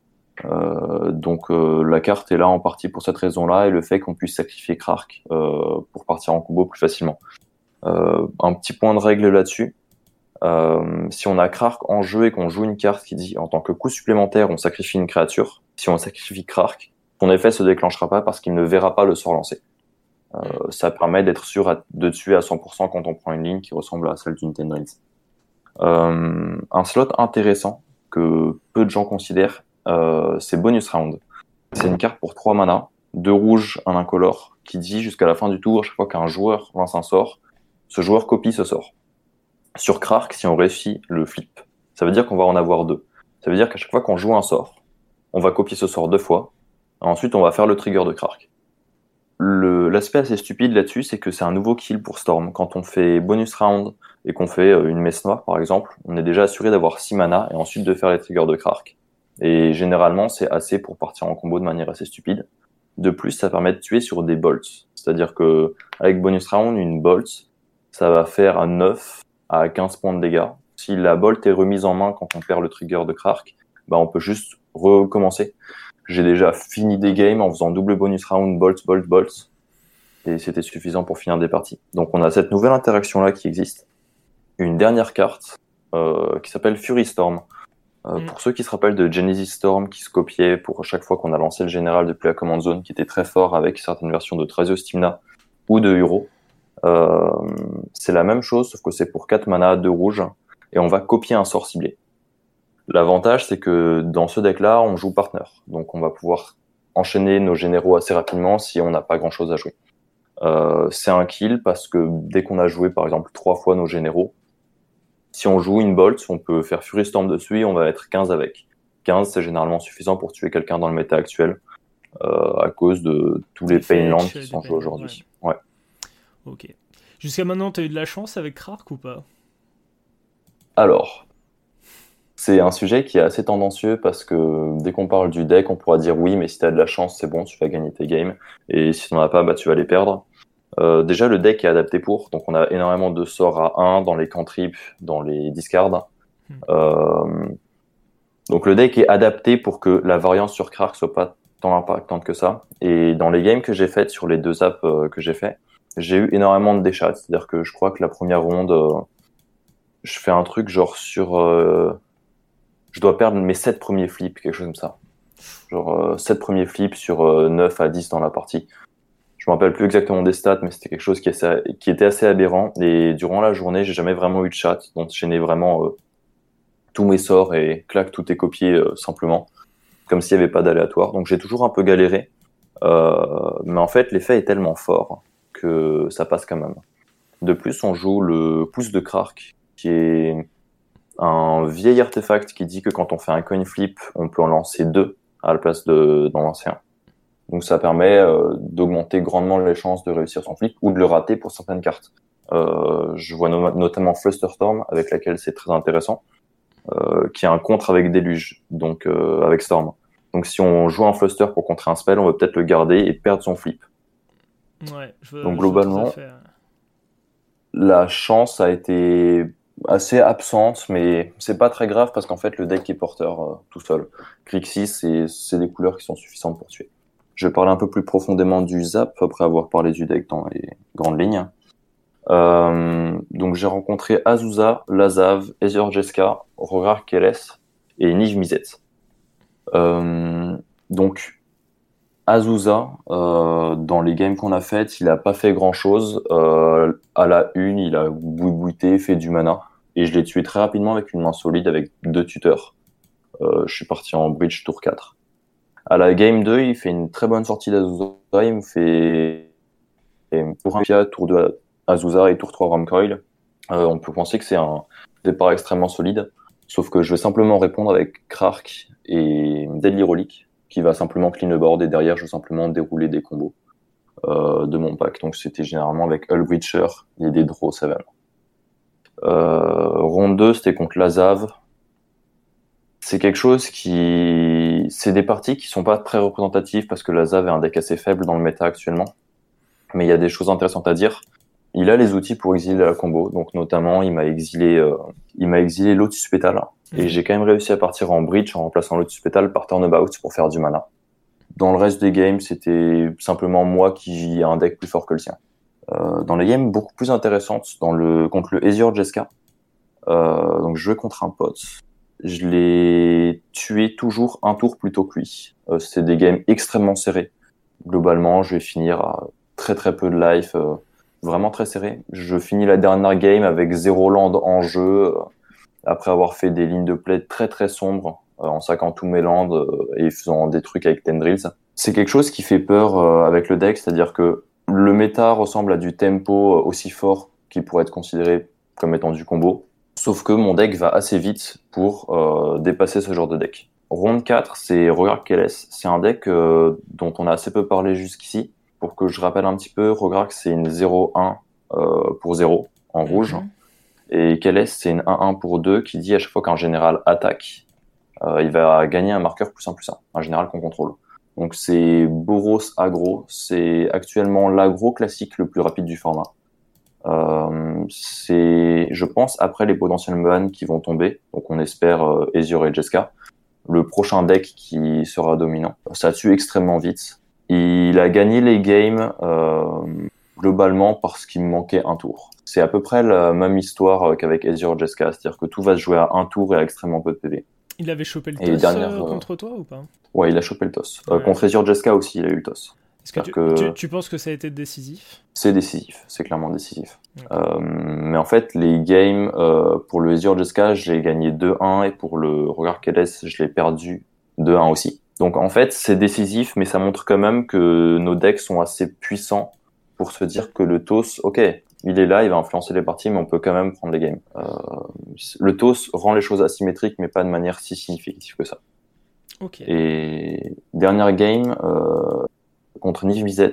[SPEAKER 3] Donc la carte est là en partie pour cette raison-là et le fait qu'on puisse sacrifier Krark pour partir en combo plus facilement. Un petit point de règle là-dessus. Si on a Krark en jeu et qu'on joue une carte qui dit en tant que coût supplémentaire on sacrifie une créature, si on sacrifie Krark, son effet se déclenchera pas parce qu'il ne verra pas le sort lancé. Ça permet d'être sûr de tuer à 100% quand on prend une ligne qui ressemble à celle d'une Tendrils. Un slot intéressant que peu de gens considèrent, c'est Bonus Round. C'est une carte pour 3 mana, 2 rouges, 1 incolore, qui dit jusqu'à la fin du tour, chaque fois qu'un joueur lance un sort, ce joueur copie ce sort. Sur Krark, si on réussit le flip, ça veut dire qu'on va en avoir 2. Ça veut dire qu'à chaque fois qu'on joue un sort, on va copier ce sort 2 fois, et ensuite on va faire le trigger de Krark. L'aspect assez stupide là-dessus, c'est que c'est un nouveau kill pour Storm. Quand on fait bonus round et qu'on fait une messe noire, par exemple, on est déjà assuré d'avoir 6 mana et ensuite de faire les triggers de Krark. Et généralement, c'est assez pour partir en combo de manière assez stupide. De plus, ça permet de tuer sur des bolts. C'est-à-dire que avec bonus round, une bolt, ça va faire un 9 à 15 points de dégâts. Si la bolt est remise en main quand on perd le trigger de Krark, bah on peut juste recommencer. J'ai déjà fini des games en faisant double bonus round, bolts, bolts, bolts. Et c'était suffisant pour finir des parties. Donc on a cette nouvelle interaction-là qui existe. Une dernière carte qui s'appelle Fury Storm. Pour ceux qui se rappellent de Genesis Storm qui se copiait pour chaque fois qu'on a lancé le général depuis la command zone, qui était très fort avec certaines versions de Thrasios Tymna ou de Uro. C'est la même chose, sauf que c'est pour 4 mana, 2 rouges, et on va copier un sort ciblé. L'avantage, c'est que dans ce deck-là, on joue partner. Donc on va pouvoir enchaîner nos généraux assez rapidement si on n'a pas grand-chose à jouer. C'est un kill parce que dès qu'on a joué, par exemple, 3 fois nos généraux, si on joue une bolt, on peut faire Fury Storm dessus et on va être 15 avec. 15, c'est généralement suffisant pour tuer quelqu'un dans le méta actuel, à cause de tous les Painlands qui sont joués aujourd'hui. Ouais.
[SPEAKER 1] Ok. Jusqu'à maintenant, t'as eu de la chance avec Krark ou pas ?
[SPEAKER 3] Alors, c'est un sujet qui est assez tendancieux parce que dès qu'on parle du deck, on pourra dire oui, mais si t'as de la chance, c'est bon, tu vas gagner tes games. Et si t'en as pas, bah tu vas les perdre. Déjà, le deck est adapté pour, donc on a énormément de sorts à 1 dans les cantrips, dans les discards. Donc le deck est adapté pour que la variance sur Krark soit pas tant impactante que ça. Et dans les games que j'ai faites, sur les 2 apps que j'ai fait, j'ai eu énormément de déchats. C'est-à-dire que je crois que la première ronde, je fais un truc genre sur... je dois perdre mes 7 premiers flips, quelque chose comme ça. Genre 7 premiers flips sur 9 à 10 dans la partie. Je me rappelle plus exactement des stats, mais c'était quelque chose qui était assez aberrant. Et durant la journée, j'ai jamais vraiment eu de chat, donc j'enchaînais vraiment tous mes sorts et clac, tout est copié simplement, comme s'il n'y avait pas d'aléatoire. Donc j'ai toujours un peu galéré, mais en fait l'effet est tellement fort que ça passe quand même. De plus, on joue le pouce de Krark, qui est un vieil artefact qui dit que quand on fait un coin flip, on peut en lancer 2 à la place d'en lancer 1. Donc ça permet d'augmenter grandement les chances de réussir son flip ou de le rater pour certaines cartes. Je vois notamment Flusterstorm, avec laquelle c'est très intéressant, qui a un contre avec Déluge, donc avec Storm. Donc si on joue un Fluster pour contrer un spell, on va peut-être le garder et perdre son flip.
[SPEAKER 1] Ouais,
[SPEAKER 3] donc globalement, la chance a été assez absente, mais c'est pas très grave parce qu'en fait le deck est porteur tout seul. Grixis, c'est des couleurs qui sont suffisantes pour tuer. Je vais parler un peu plus profondément du zap après avoir parlé du deck dans les grandes lignes. Donc j'ai rencontré Azusa, Lazav, Ezur Jeska, Rogar Keres et Niv Mizzet. Donc Azusa, dans les games qu'on a faites, il a pas fait grand chose. À la une, il a boui-bouité, fait du mana, et je l'ai tué très rapidement avec une main solide avec 2 tuteurs. Je suis parti en bridge tour 4. À la game 2, il fait une très bonne sortie d'Azusa. Il me fait tour 1 Pia, tour 2 Azusa et tour 3 Ramcoil. On peut penser que c'est un départ extrêmement solide, sauf que je vais simplement répondre avec Krark et Deadly Relic, qui va simplement clean le board, et derrière, je vais simplement dérouler des combos de mon pack. Donc c'était généralement avec Hullbreacher et des Draw 7. Ronde 2, c'était contre Lazav. C'est quelque chose qui c'est des parties qui sont pas très représentatives parce que la ZAV est un deck assez faible dans le méta actuellement. Mais il y a des choses intéressantes à dire. Il a les outils pour exiler la combo, donc notamment il m'a exilé Lotus Petal, et j'ai quand même réussi à partir en bridge en remplaçant Lotus Petal par Turnabout pour faire du mana. Dans le reste des games, c'était simplement moi qui ai un deck plus fort que le sien. Dans les games beaucoup plus intéressantes, contre le Azure Jeska, donc je jouais contre un pote, je l'ai tué toujours un tour plus tôt que lui. C'était des games extrêmement serrés. Globalement, je vais finir à très très peu de life, vraiment très serré. Je finis la dernière game avec 0 land en jeu, après avoir fait des lignes de play très très sombres, en saquant tous mes lands et faisant des trucs avec Tendrils. C'est quelque chose qui fait peur avec le deck, c'est-à-dire que le méta ressemble à du tempo aussi fort qui pourrait être considéré comme étant du combo, sauf que mon deck va assez vite pour dépasser ce genre de deck. Ronde 4, c'est Rograk Keles. C'est un deck dont on a assez peu parlé jusqu'ici. Pour que je rappelle un petit peu, Rograk, c'est une 0-1 pour 0 en rouge. Et Keles, c'est une 1-1 pour 2 qui dit à chaque fois qu'un général attaque, il va gagner un marqueur +1/+1, un général qu'on contrôle. Donc c'est Boros aggro, c'est actuellement l'aggro classique le plus rapide du format. C'est, je pense, après les potentiels bans qui vont tomber, donc on espère Azure et Jeska, le prochain deck qui sera dominant. Ça tue extrêmement vite. Il a gagné les games globalement parce qu'il me manquait un tour. C'est à peu près la même histoire qu'avec Azure Jeska, c'est-à-dire que tout va se jouer à un tour et à extrêmement peu de PV.
[SPEAKER 1] Il avait chopé le toss contre toi ou pas?
[SPEAKER 3] Ouais, il a chopé le toss. Contre Azure Jeska aussi, il a eu le toss.
[SPEAKER 1] Est-ce que tu penses que ça a été décisif?
[SPEAKER 3] C'est décisif, c'est clairement décisif. Mais en fait, les games, pour le Azure Jeska, j'ai gagné 2-1 et pour le Rograk Keles, je l'ai perdu 2-1 aussi. Donc en fait, c'est décisif, mais ça montre quand même que nos decks sont assez puissants pour se dire que le toss, ok, il est là, il va influencer les parties, mais on peut quand même prendre les games. Le toss rend les choses asymétriques, mais pas de manière si significative que ça.
[SPEAKER 1] Okay.
[SPEAKER 3] Et dernière game, contre Niv Mizzet,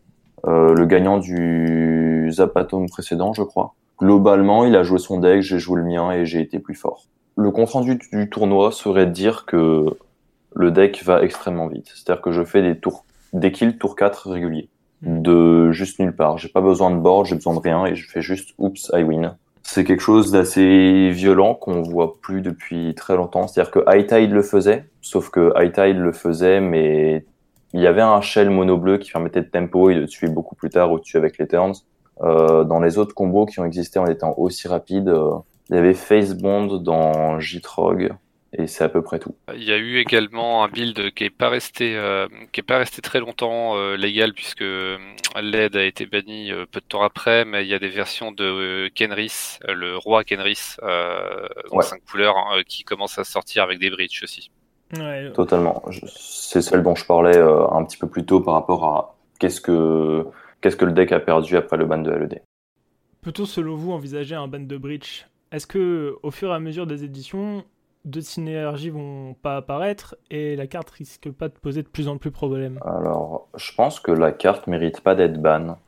[SPEAKER 3] le gagnant du Zapatome précédent, je crois. Globalement, il a joué son deck, j'ai joué le mien et j'ai été plus fort. Le compte-rendu du tournoi serait de dire que le deck va extrêmement vite. C'est-à-dire que je fais des kills tour 4 réguliers. De juste nulle part. J'ai pas besoin de board, j'ai besoin de rien et je fais juste oops, I win. C'est quelque chose d'assez violent qu'on voit plus depuis très longtemps. C'est-à-dire que High Tide le faisait, sauf que High Tide le faisait, mais il y avait un shell mono bleu qui permettait de tempo et de tuer beaucoup plus tard ou de tuer avec les turns. Dans les autres combos qui ont existé en étant aussi rapides, il y avait Facebond dans Jitrog. Et c'est à peu près tout.
[SPEAKER 2] Il y a eu également un build qui est pas resté très longtemps légal puisque LED a été banni peu de temps après, mais il y a des versions de Kenris, le roi Kenris, dans 5 couleurs, qui commencent à sortir avec des bridges aussi.
[SPEAKER 1] Ouais.
[SPEAKER 3] Totalement. C'est celle dont je parlais un petit peu plus tôt par rapport à qu'est-ce que le deck a perdu après le ban de LED.
[SPEAKER 1] Peut-on selon vous envisager un ban de bridge? Est-ce que au fur et à mesure des éditions, deux synergies vont pas apparaître et la carte risque pas de poser de plus en plus de problèmes?
[SPEAKER 3] Alors, je pense que la carte mérite pas d'être ban.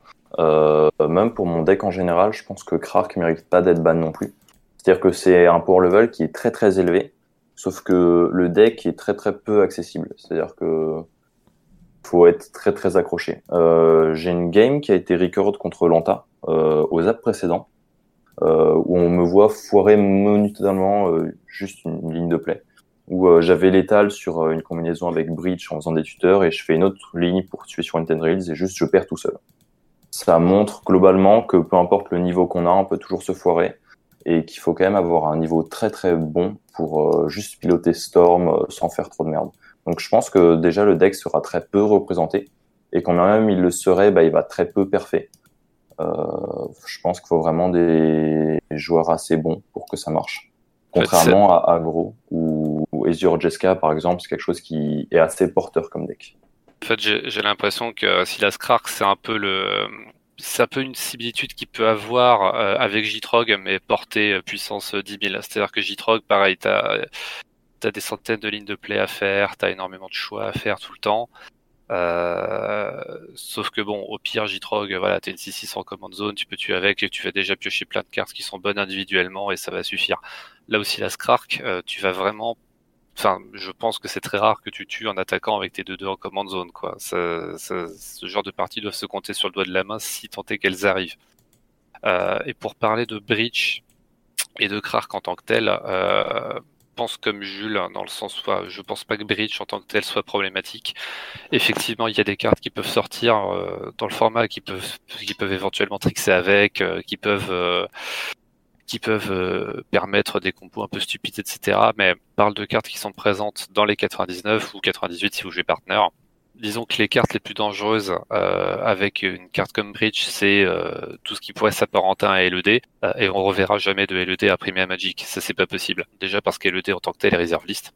[SPEAKER 3] Même pour mon deck en général, je pense que Krark mérite pas d'être ban non plus. C'est-à-dire que c'est un power level qui est très très élevé, sauf que le deck est très très peu accessible. C'est-à-dire que faut être très très accroché. J'ai une game qui a été record contre Lanta au zap précédent, où on me voit foirer monument juste une ligne de play, où j'avais l'étal sur une combinaison avec Breach en faisant des tuteurs, et je fais une autre ligne pour tuer sur une Tendrils, et juste je perds tout seul. Ça montre globalement que peu importe le niveau qu'on a, on peut toujours se foirer, et qu'il faut quand même avoir un niveau très très bon pour juste piloter Storm sans faire trop de merde. Donc je pense que déjà le deck sera très peu représenté, et quand même il le serait, il va très peu perfer. Je pense qu'il faut vraiment des joueurs assez bons pour que ça marche. Contrairement à Agro ou Azure Jeska, par exemple, c'est quelque chose qui est assez porteur comme deck.
[SPEAKER 2] En fait, j'ai l'impression que Silas Krark, c'est un peu une similitude qu'il peut avoir avec Jitrog, mais portée puissance 10 000. C'est-à-dire que Jitrog, pareil, t'as des centaines de lignes de play à faire, t'as énormément de choix à faire tout le temps. Sauf que bon, au pire, Jitrog, voilà, t'as une 6-6 en command zone, tu peux tuer avec et tu vas déjà piocher plein de cartes qui sont bonnes individuellement et ça va suffire. Là aussi, la Krark, tu vas vraiment je pense que c'est très rare que tu tues un attaquant avec tes 2-2 en command zone, quoi. Ce genre de parties doivent se compter sur le doigt de la main si tant est qu'elles arrivent. Et pour parler de Breach et de Krark en tant que tel, pense comme Jules, dans le sens où je pense pas que Breach en tant que tel soit problématique. Effectivement, il y a des cartes qui peuvent sortir dans le format, qui peuvent éventuellement trickser avec, qui peuvent permettre des compos un peu stupides, etc. Mais on parle de cartes qui sont présentes dans les 99 ou 98 si vous jouez partner. Disons que les cartes les plus dangereuses avec une carte comme Breach, c'est tout ce qui pourrait s'apparenter à un LED, et on reverra jamais de LED imprimé à Magic. Ça, c'est pas possible. Déjà parce que LED en tant que tel est réserve liste.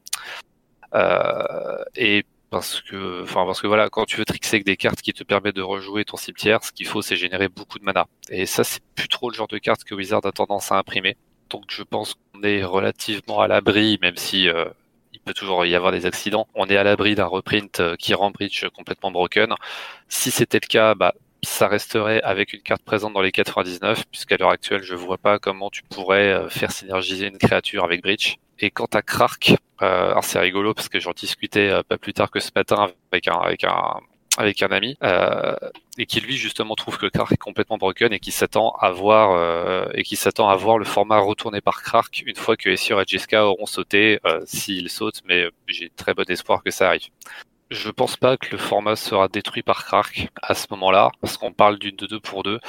[SPEAKER 2] Et parce que voilà, quand tu veux trickser avec des cartes qui te permettent de rejouer ton cimetière, ce qu'il faut, c'est générer beaucoup de mana. Et ça, c'est plus trop le genre de carte que Wizard a tendance à imprimer. Donc je pense qu'on est relativement à l'abri, même si il peut toujours y avoir des accidents. On est à l'abri d'un reprint qui rend Breach complètement broken. Si c'était le cas, ça resterait avec une carte présente dans les 99, puisqu'à l'heure actuelle, je vois pas comment tu pourrais faire synergiser une créature avec Breach. Et quant à Krark, alors c'est rigolo parce que j'en discutais pas plus tard que ce matin avec un ami, et qui lui justement trouve que Krark est complètement broken et qui s'attend à voir le format retourné par Krark une fois que Essir et Jeska auront sauté, s'ils sautent, mais j'ai très bon espoir que ça arrive. Je pense pas que le format sera détruit par Krark à ce moment-là, parce qu'on parle d'une 2-2 pour 2.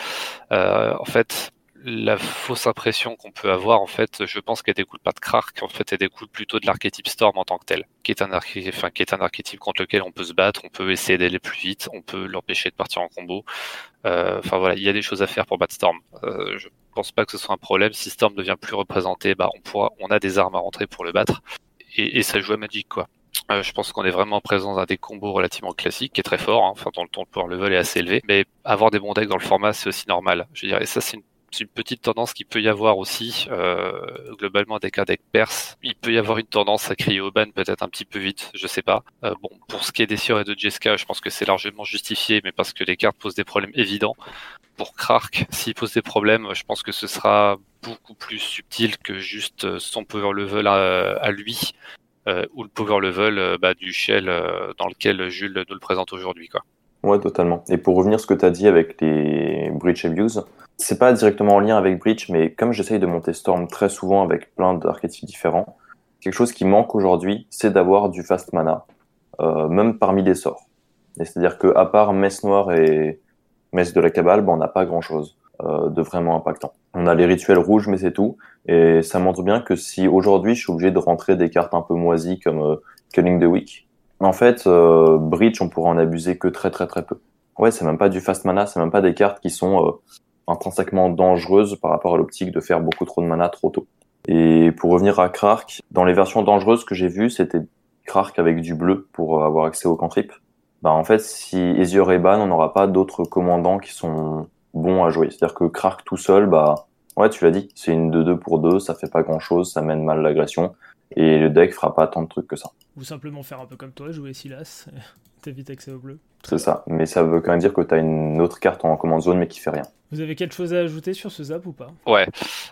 [SPEAKER 2] En fait, la fausse impression qu'on peut avoir, en fait, je pense qu'elle découle pas de Krark, en fait, elle découle plutôt de l'archétype Storm en tant que tel, qui est un archétype contre lequel on peut se battre, on peut essayer d'aller plus vite, on peut l'empêcher de partir en combo. Voilà, il y a des choses à faire pour battre Storm. Je pense pas que ce soit un problème. Si Storm devient plus représenté, on a des armes à rentrer pour le battre, et ça joue à Magic, quoi. Je pense qu'on est vraiment présent dans des combos relativement classiques, qui est très fort, dont le power level est assez élevé, mais avoir des bons decks dans le format, c'est aussi normal. Je veux dire, et ça, c'est une petite tendance qu'il peut y avoir aussi, globalement, des cartes deck perse. Il peut y avoir une tendance à crier au ban peut-être un petit peu vite, je sais pas. Pour ce qui est d'Essir et de Jeska, je pense que c'est largement justifié, mais parce que les cartes posent des problèmes évidents. Pour Krark, s'il pose des problèmes, je pense que ce sera beaucoup plus subtil que juste son power level à lui, ou le power level du shell dans lequel Jules nous le présente aujourd'hui, quoi.
[SPEAKER 3] Ouais, totalement. Et pour revenir à ce que tu as dit avec les Breach Abuse, c'est pas directement en lien avec Breach, mais comme j'essaye de monter Storm très souvent avec plein d'archétypes différents, quelque chose qui manque aujourd'hui, c'est d'avoir du fast mana, même parmi les sorts. Et c'est-à-dire que à part Messe Noire et Messe de la Cabale, on n'a pas grand-chose de vraiment impactant. On a les rituels rouges, mais c'est tout. Et ça montre bien que si aujourd'hui je suis obligé de rentrer des cartes un peu moisies comme Culling the Weak, en fait, Breach, on pourra en abuser que très très très peu. Ouais, c'est même pas du fast mana, c'est même pas des cartes qui sont intrinsèquement dangereuses par rapport à l'optique de faire beaucoup trop de mana trop tôt. Et pour revenir à Krark, dans les versions dangereuses que j'ai vues, c'était Krark avec du bleu pour avoir accès au cantrip. En fait, si Ezio est ban, on n'aura pas d'autres commandants qui sont bons à jouer. C'est-à-dire que Krark tout seul, ouais, tu l'as dit, c'est une 2-2 pour 2, ça fait pas grand-chose, ça mène mal l'agression. Et le deck fera pas tant de trucs que ça.
[SPEAKER 1] Ou simplement faire un peu comme toi, jouer Silas, t'as vite accès au bleu.
[SPEAKER 3] C'est ça, mais ça veut quand même dire que t'as une autre carte en command zone mais qui fait rien.
[SPEAKER 1] Vous avez quelque chose à ajouter sur ce zap ou pas ?
[SPEAKER 2] Ouais,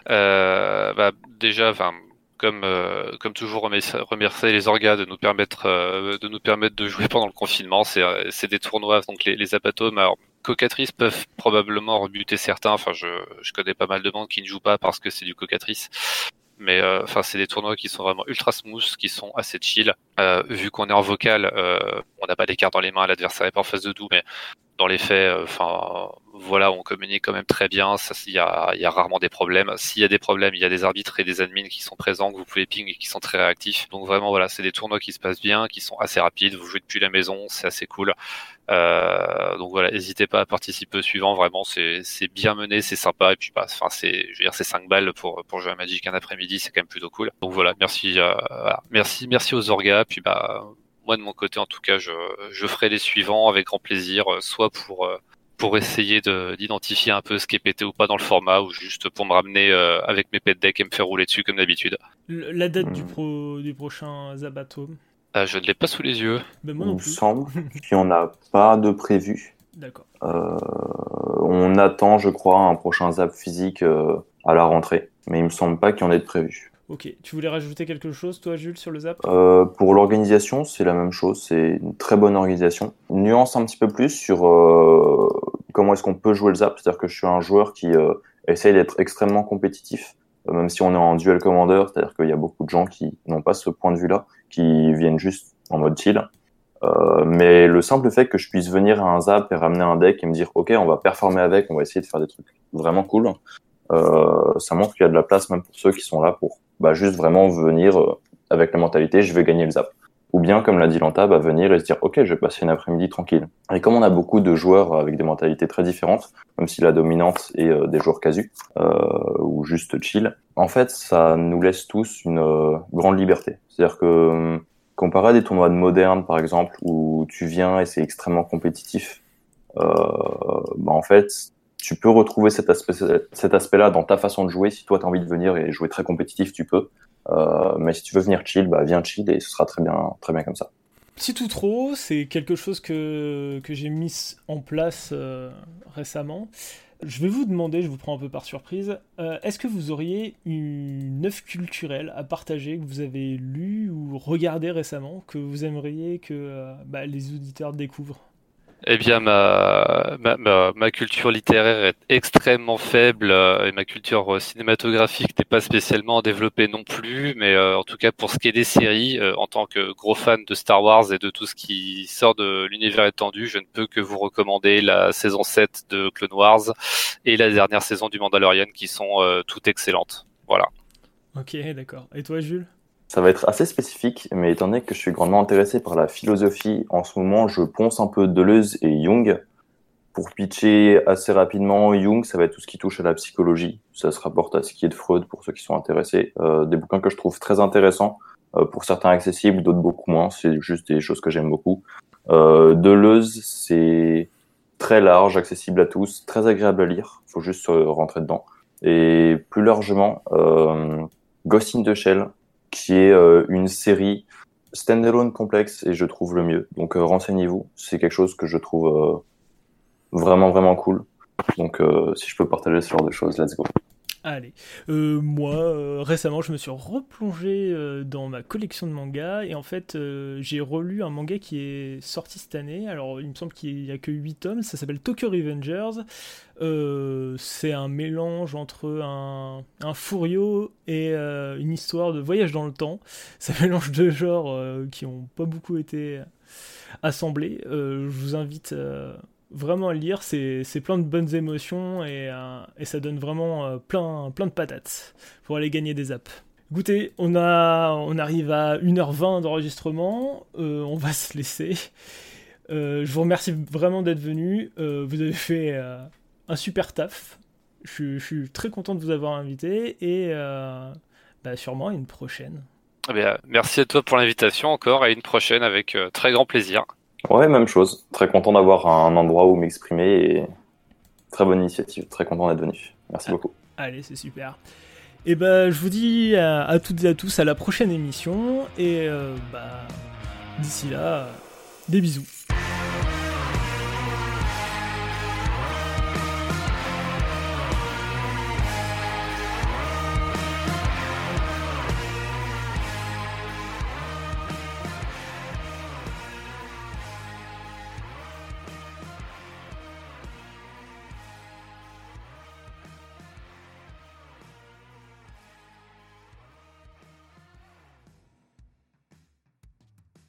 [SPEAKER 2] déjà, comme toujours, remercier les orgas de nous permettre de jouer pendant le confinement. C'est des tournois, donc les apatomes. Alors, Cocatrice peuvent probablement rebuter certains. Je connais pas mal de monde qui ne jouent pas parce que c'est du Cocatrice. Mais c'est des tournois qui sont vraiment ultra smooth, qui sont assez chill. Vu qu'on est en vocal, on n'a pas des cartes dans les mains, l'adversaire est pas en face de nous, mais dans les faits, voilà, on communique quand même très bien. Il y a rarement des problèmes. S'il y a des problèmes, il y a des arbitres et des admins qui sont présents, que vous pouvez ping et qui sont très réactifs. Donc vraiment, voilà, c'est des tournois qui se passent bien, qui sont assez rapides. Vous jouez depuis la maison, c'est assez cool. Donc voilà, n'hésitez pas à participer au suivant. Vraiment, c'est bien mené, c'est sympa. Et puis, c'est 5 balles pour jouer à Magic un après-midi, c'est quand même plutôt cool. Donc voilà, merci aux orgas. Puis moi de mon côté, en tout cas, je ferai les suivants avec grand plaisir, soit pour essayer d'identifier un peu ce qui est pété ou pas dans le format, ou juste pour me ramener avec mes pet decks et me faire rouler dessus comme d'habitude.
[SPEAKER 1] La date du prochain Zabatome,
[SPEAKER 2] je ne l'ai pas sous les yeux.
[SPEAKER 1] Ben moi non plus.
[SPEAKER 3] Il me semble qu'il n'y en a pas de prévu.
[SPEAKER 1] D'accord.
[SPEAKER 3] On attend, je crois, un prochain Zap physique à la rentrée, mais il me semble pas qu'il y en ait de prévu.
[SPEAKER 1] Ok, tu voulais rajouter quelque chose, toi, Jules, sur le Zap?
[SPEAKER 3] Pour l'organisation, c'est la même chose, c'est une très bonne organisation. Une nuance un petit peu plus sur comment est-ce qu'on peut jouer le Zap, c'est-à-dire que je suis un joueur qui essaye d'être extrêmement compétitif, même si on est en duel commander, c'est-à-dire qu'il y a beaucoup de gens qui n'ont pas ce point de vue-là, qui viennent juste en mode chill. Mais le simple fait que je puisse venir à un Zap et ramener un deck et me dire ok, on va performer avec, on va essayer de faire des trucs vraiment cool, ça montre qu'il y a de la place même pour ceux qui sont là pour juste vraiment venir avec la mentalité je vais gagner le Zap. Ou bien, comme l'a dit Lanta, venir et se dire ok, je vais passer une après-midi tranquille. Et comme on a beaucoup de joueurs avec des mentalités très différentes, même si la dominante est des joueurs casus ou juste chill, en fait, ça nous laisse tous une grande liberté. C'est-à-dire que comparé à des tournois de moderne, par exemple, où tu viens et c'est extrêmement compétitif, en fait, tu peux retrouver cet aspect-là dans ta façon de jouer. Si toi, tu as envie de venir et jouer très compétitif, tu peux. Mais si tu veux venir chill, viens chill et ce sera très bien comme ça.
[SPEAKER 1] Petit ou trop, c'est quelque chose que j'ai mis en place récemment. Je vais vous demander, je vous prends un peu par surprise, est-ce que vous auriez une œuvre culturelle à partager que vous avez lue ou regardée récemment, que vous aimeriez que les auditeurs découvrent?
[SPEAKER 2] Eh bien, ma culture littéraire est extrêmement faible et ma culture cinématographique n'est pas spécialement développée non plus. Mais en tout cas, pour ce qui est des séries, en tant que gros fan de Star Wars et de tout ce qui sort de l'univers étendu, je ne peux que vous recommander la saison 7 de Clone Wars et la dernière saison du Mandalorian qui sont toutes excellentes. Voilà.
[SPEAKER 1] Ok, d'accord. Et toi, Jules?
[SPEAKER 3] Ça va être assez spécifique, mais étant donné que je suis grandement intéressé par la philosophie, en ce moment, je ponce un peu Deleuze et Jung. Pour pitcher assez rapidement, Jung, ça va être tout ce qui touche à la psychologie. Ça se rapporte à ce qui est de Freud, pour ceux qui sont intéressés. Des bouquins que je trouve très intéressants, pour certains accessibles, d'autres beaucoup moins. C'est juste des choses que j'aime beaucoup. Deleuze, c'est très large, accessible à tous, très agréable à lire. Faut juste rentrer dedans. Et plus largement, Ghost in the Shell, qui est une série standalone complexe et je trouve le mieux. Donc renseignez-vous, c'est quelque chose que je trouve vraiment vraiment cool. Donc si je peux partager ce genre de choses, let's go.
[SPEAKER 1] Allez, moi récemment je me suis replongé dans ma collection de mangas et en fait j'ai relu un manga qui est sorti cette année. Alors il me semble qu'il n'y a que 8 tomes, ça s'appelle Tokyo Revengers. C'est un mélange entre un Furio et une histoire de voyage dans le temps. Ça mélange deux genres qui n'ont pas beaucoup été assemblés. Je vous invite vraiment à le lire, c'est plein de bonnes émotions et ça donne vraiment plein de patates pour aller gagner des apps. Écoutez, on arrive à 1h20 d'enregistrement, on va se laisser. Je vous remercie vraiment d'être venu, vous avez fait un super taf, je suis très content de vous avoir invité et sûrement à une prochaine.
[SPEAKER 2] Eh bien, merci à toi pour l'invitation encore et à une prochaine avec très grand plaisir.
[SPEAKER 3] Ouais, même chose. Très content d'avoir un endroit où m'exprimer et très bonne initiative. Très content d'être venu. Merci beaucoup.
[SPEAKER 1] Allez, c'est super. Et je vous dis à toutes et à tous à la prochaine émission et d'ici là, des bisous.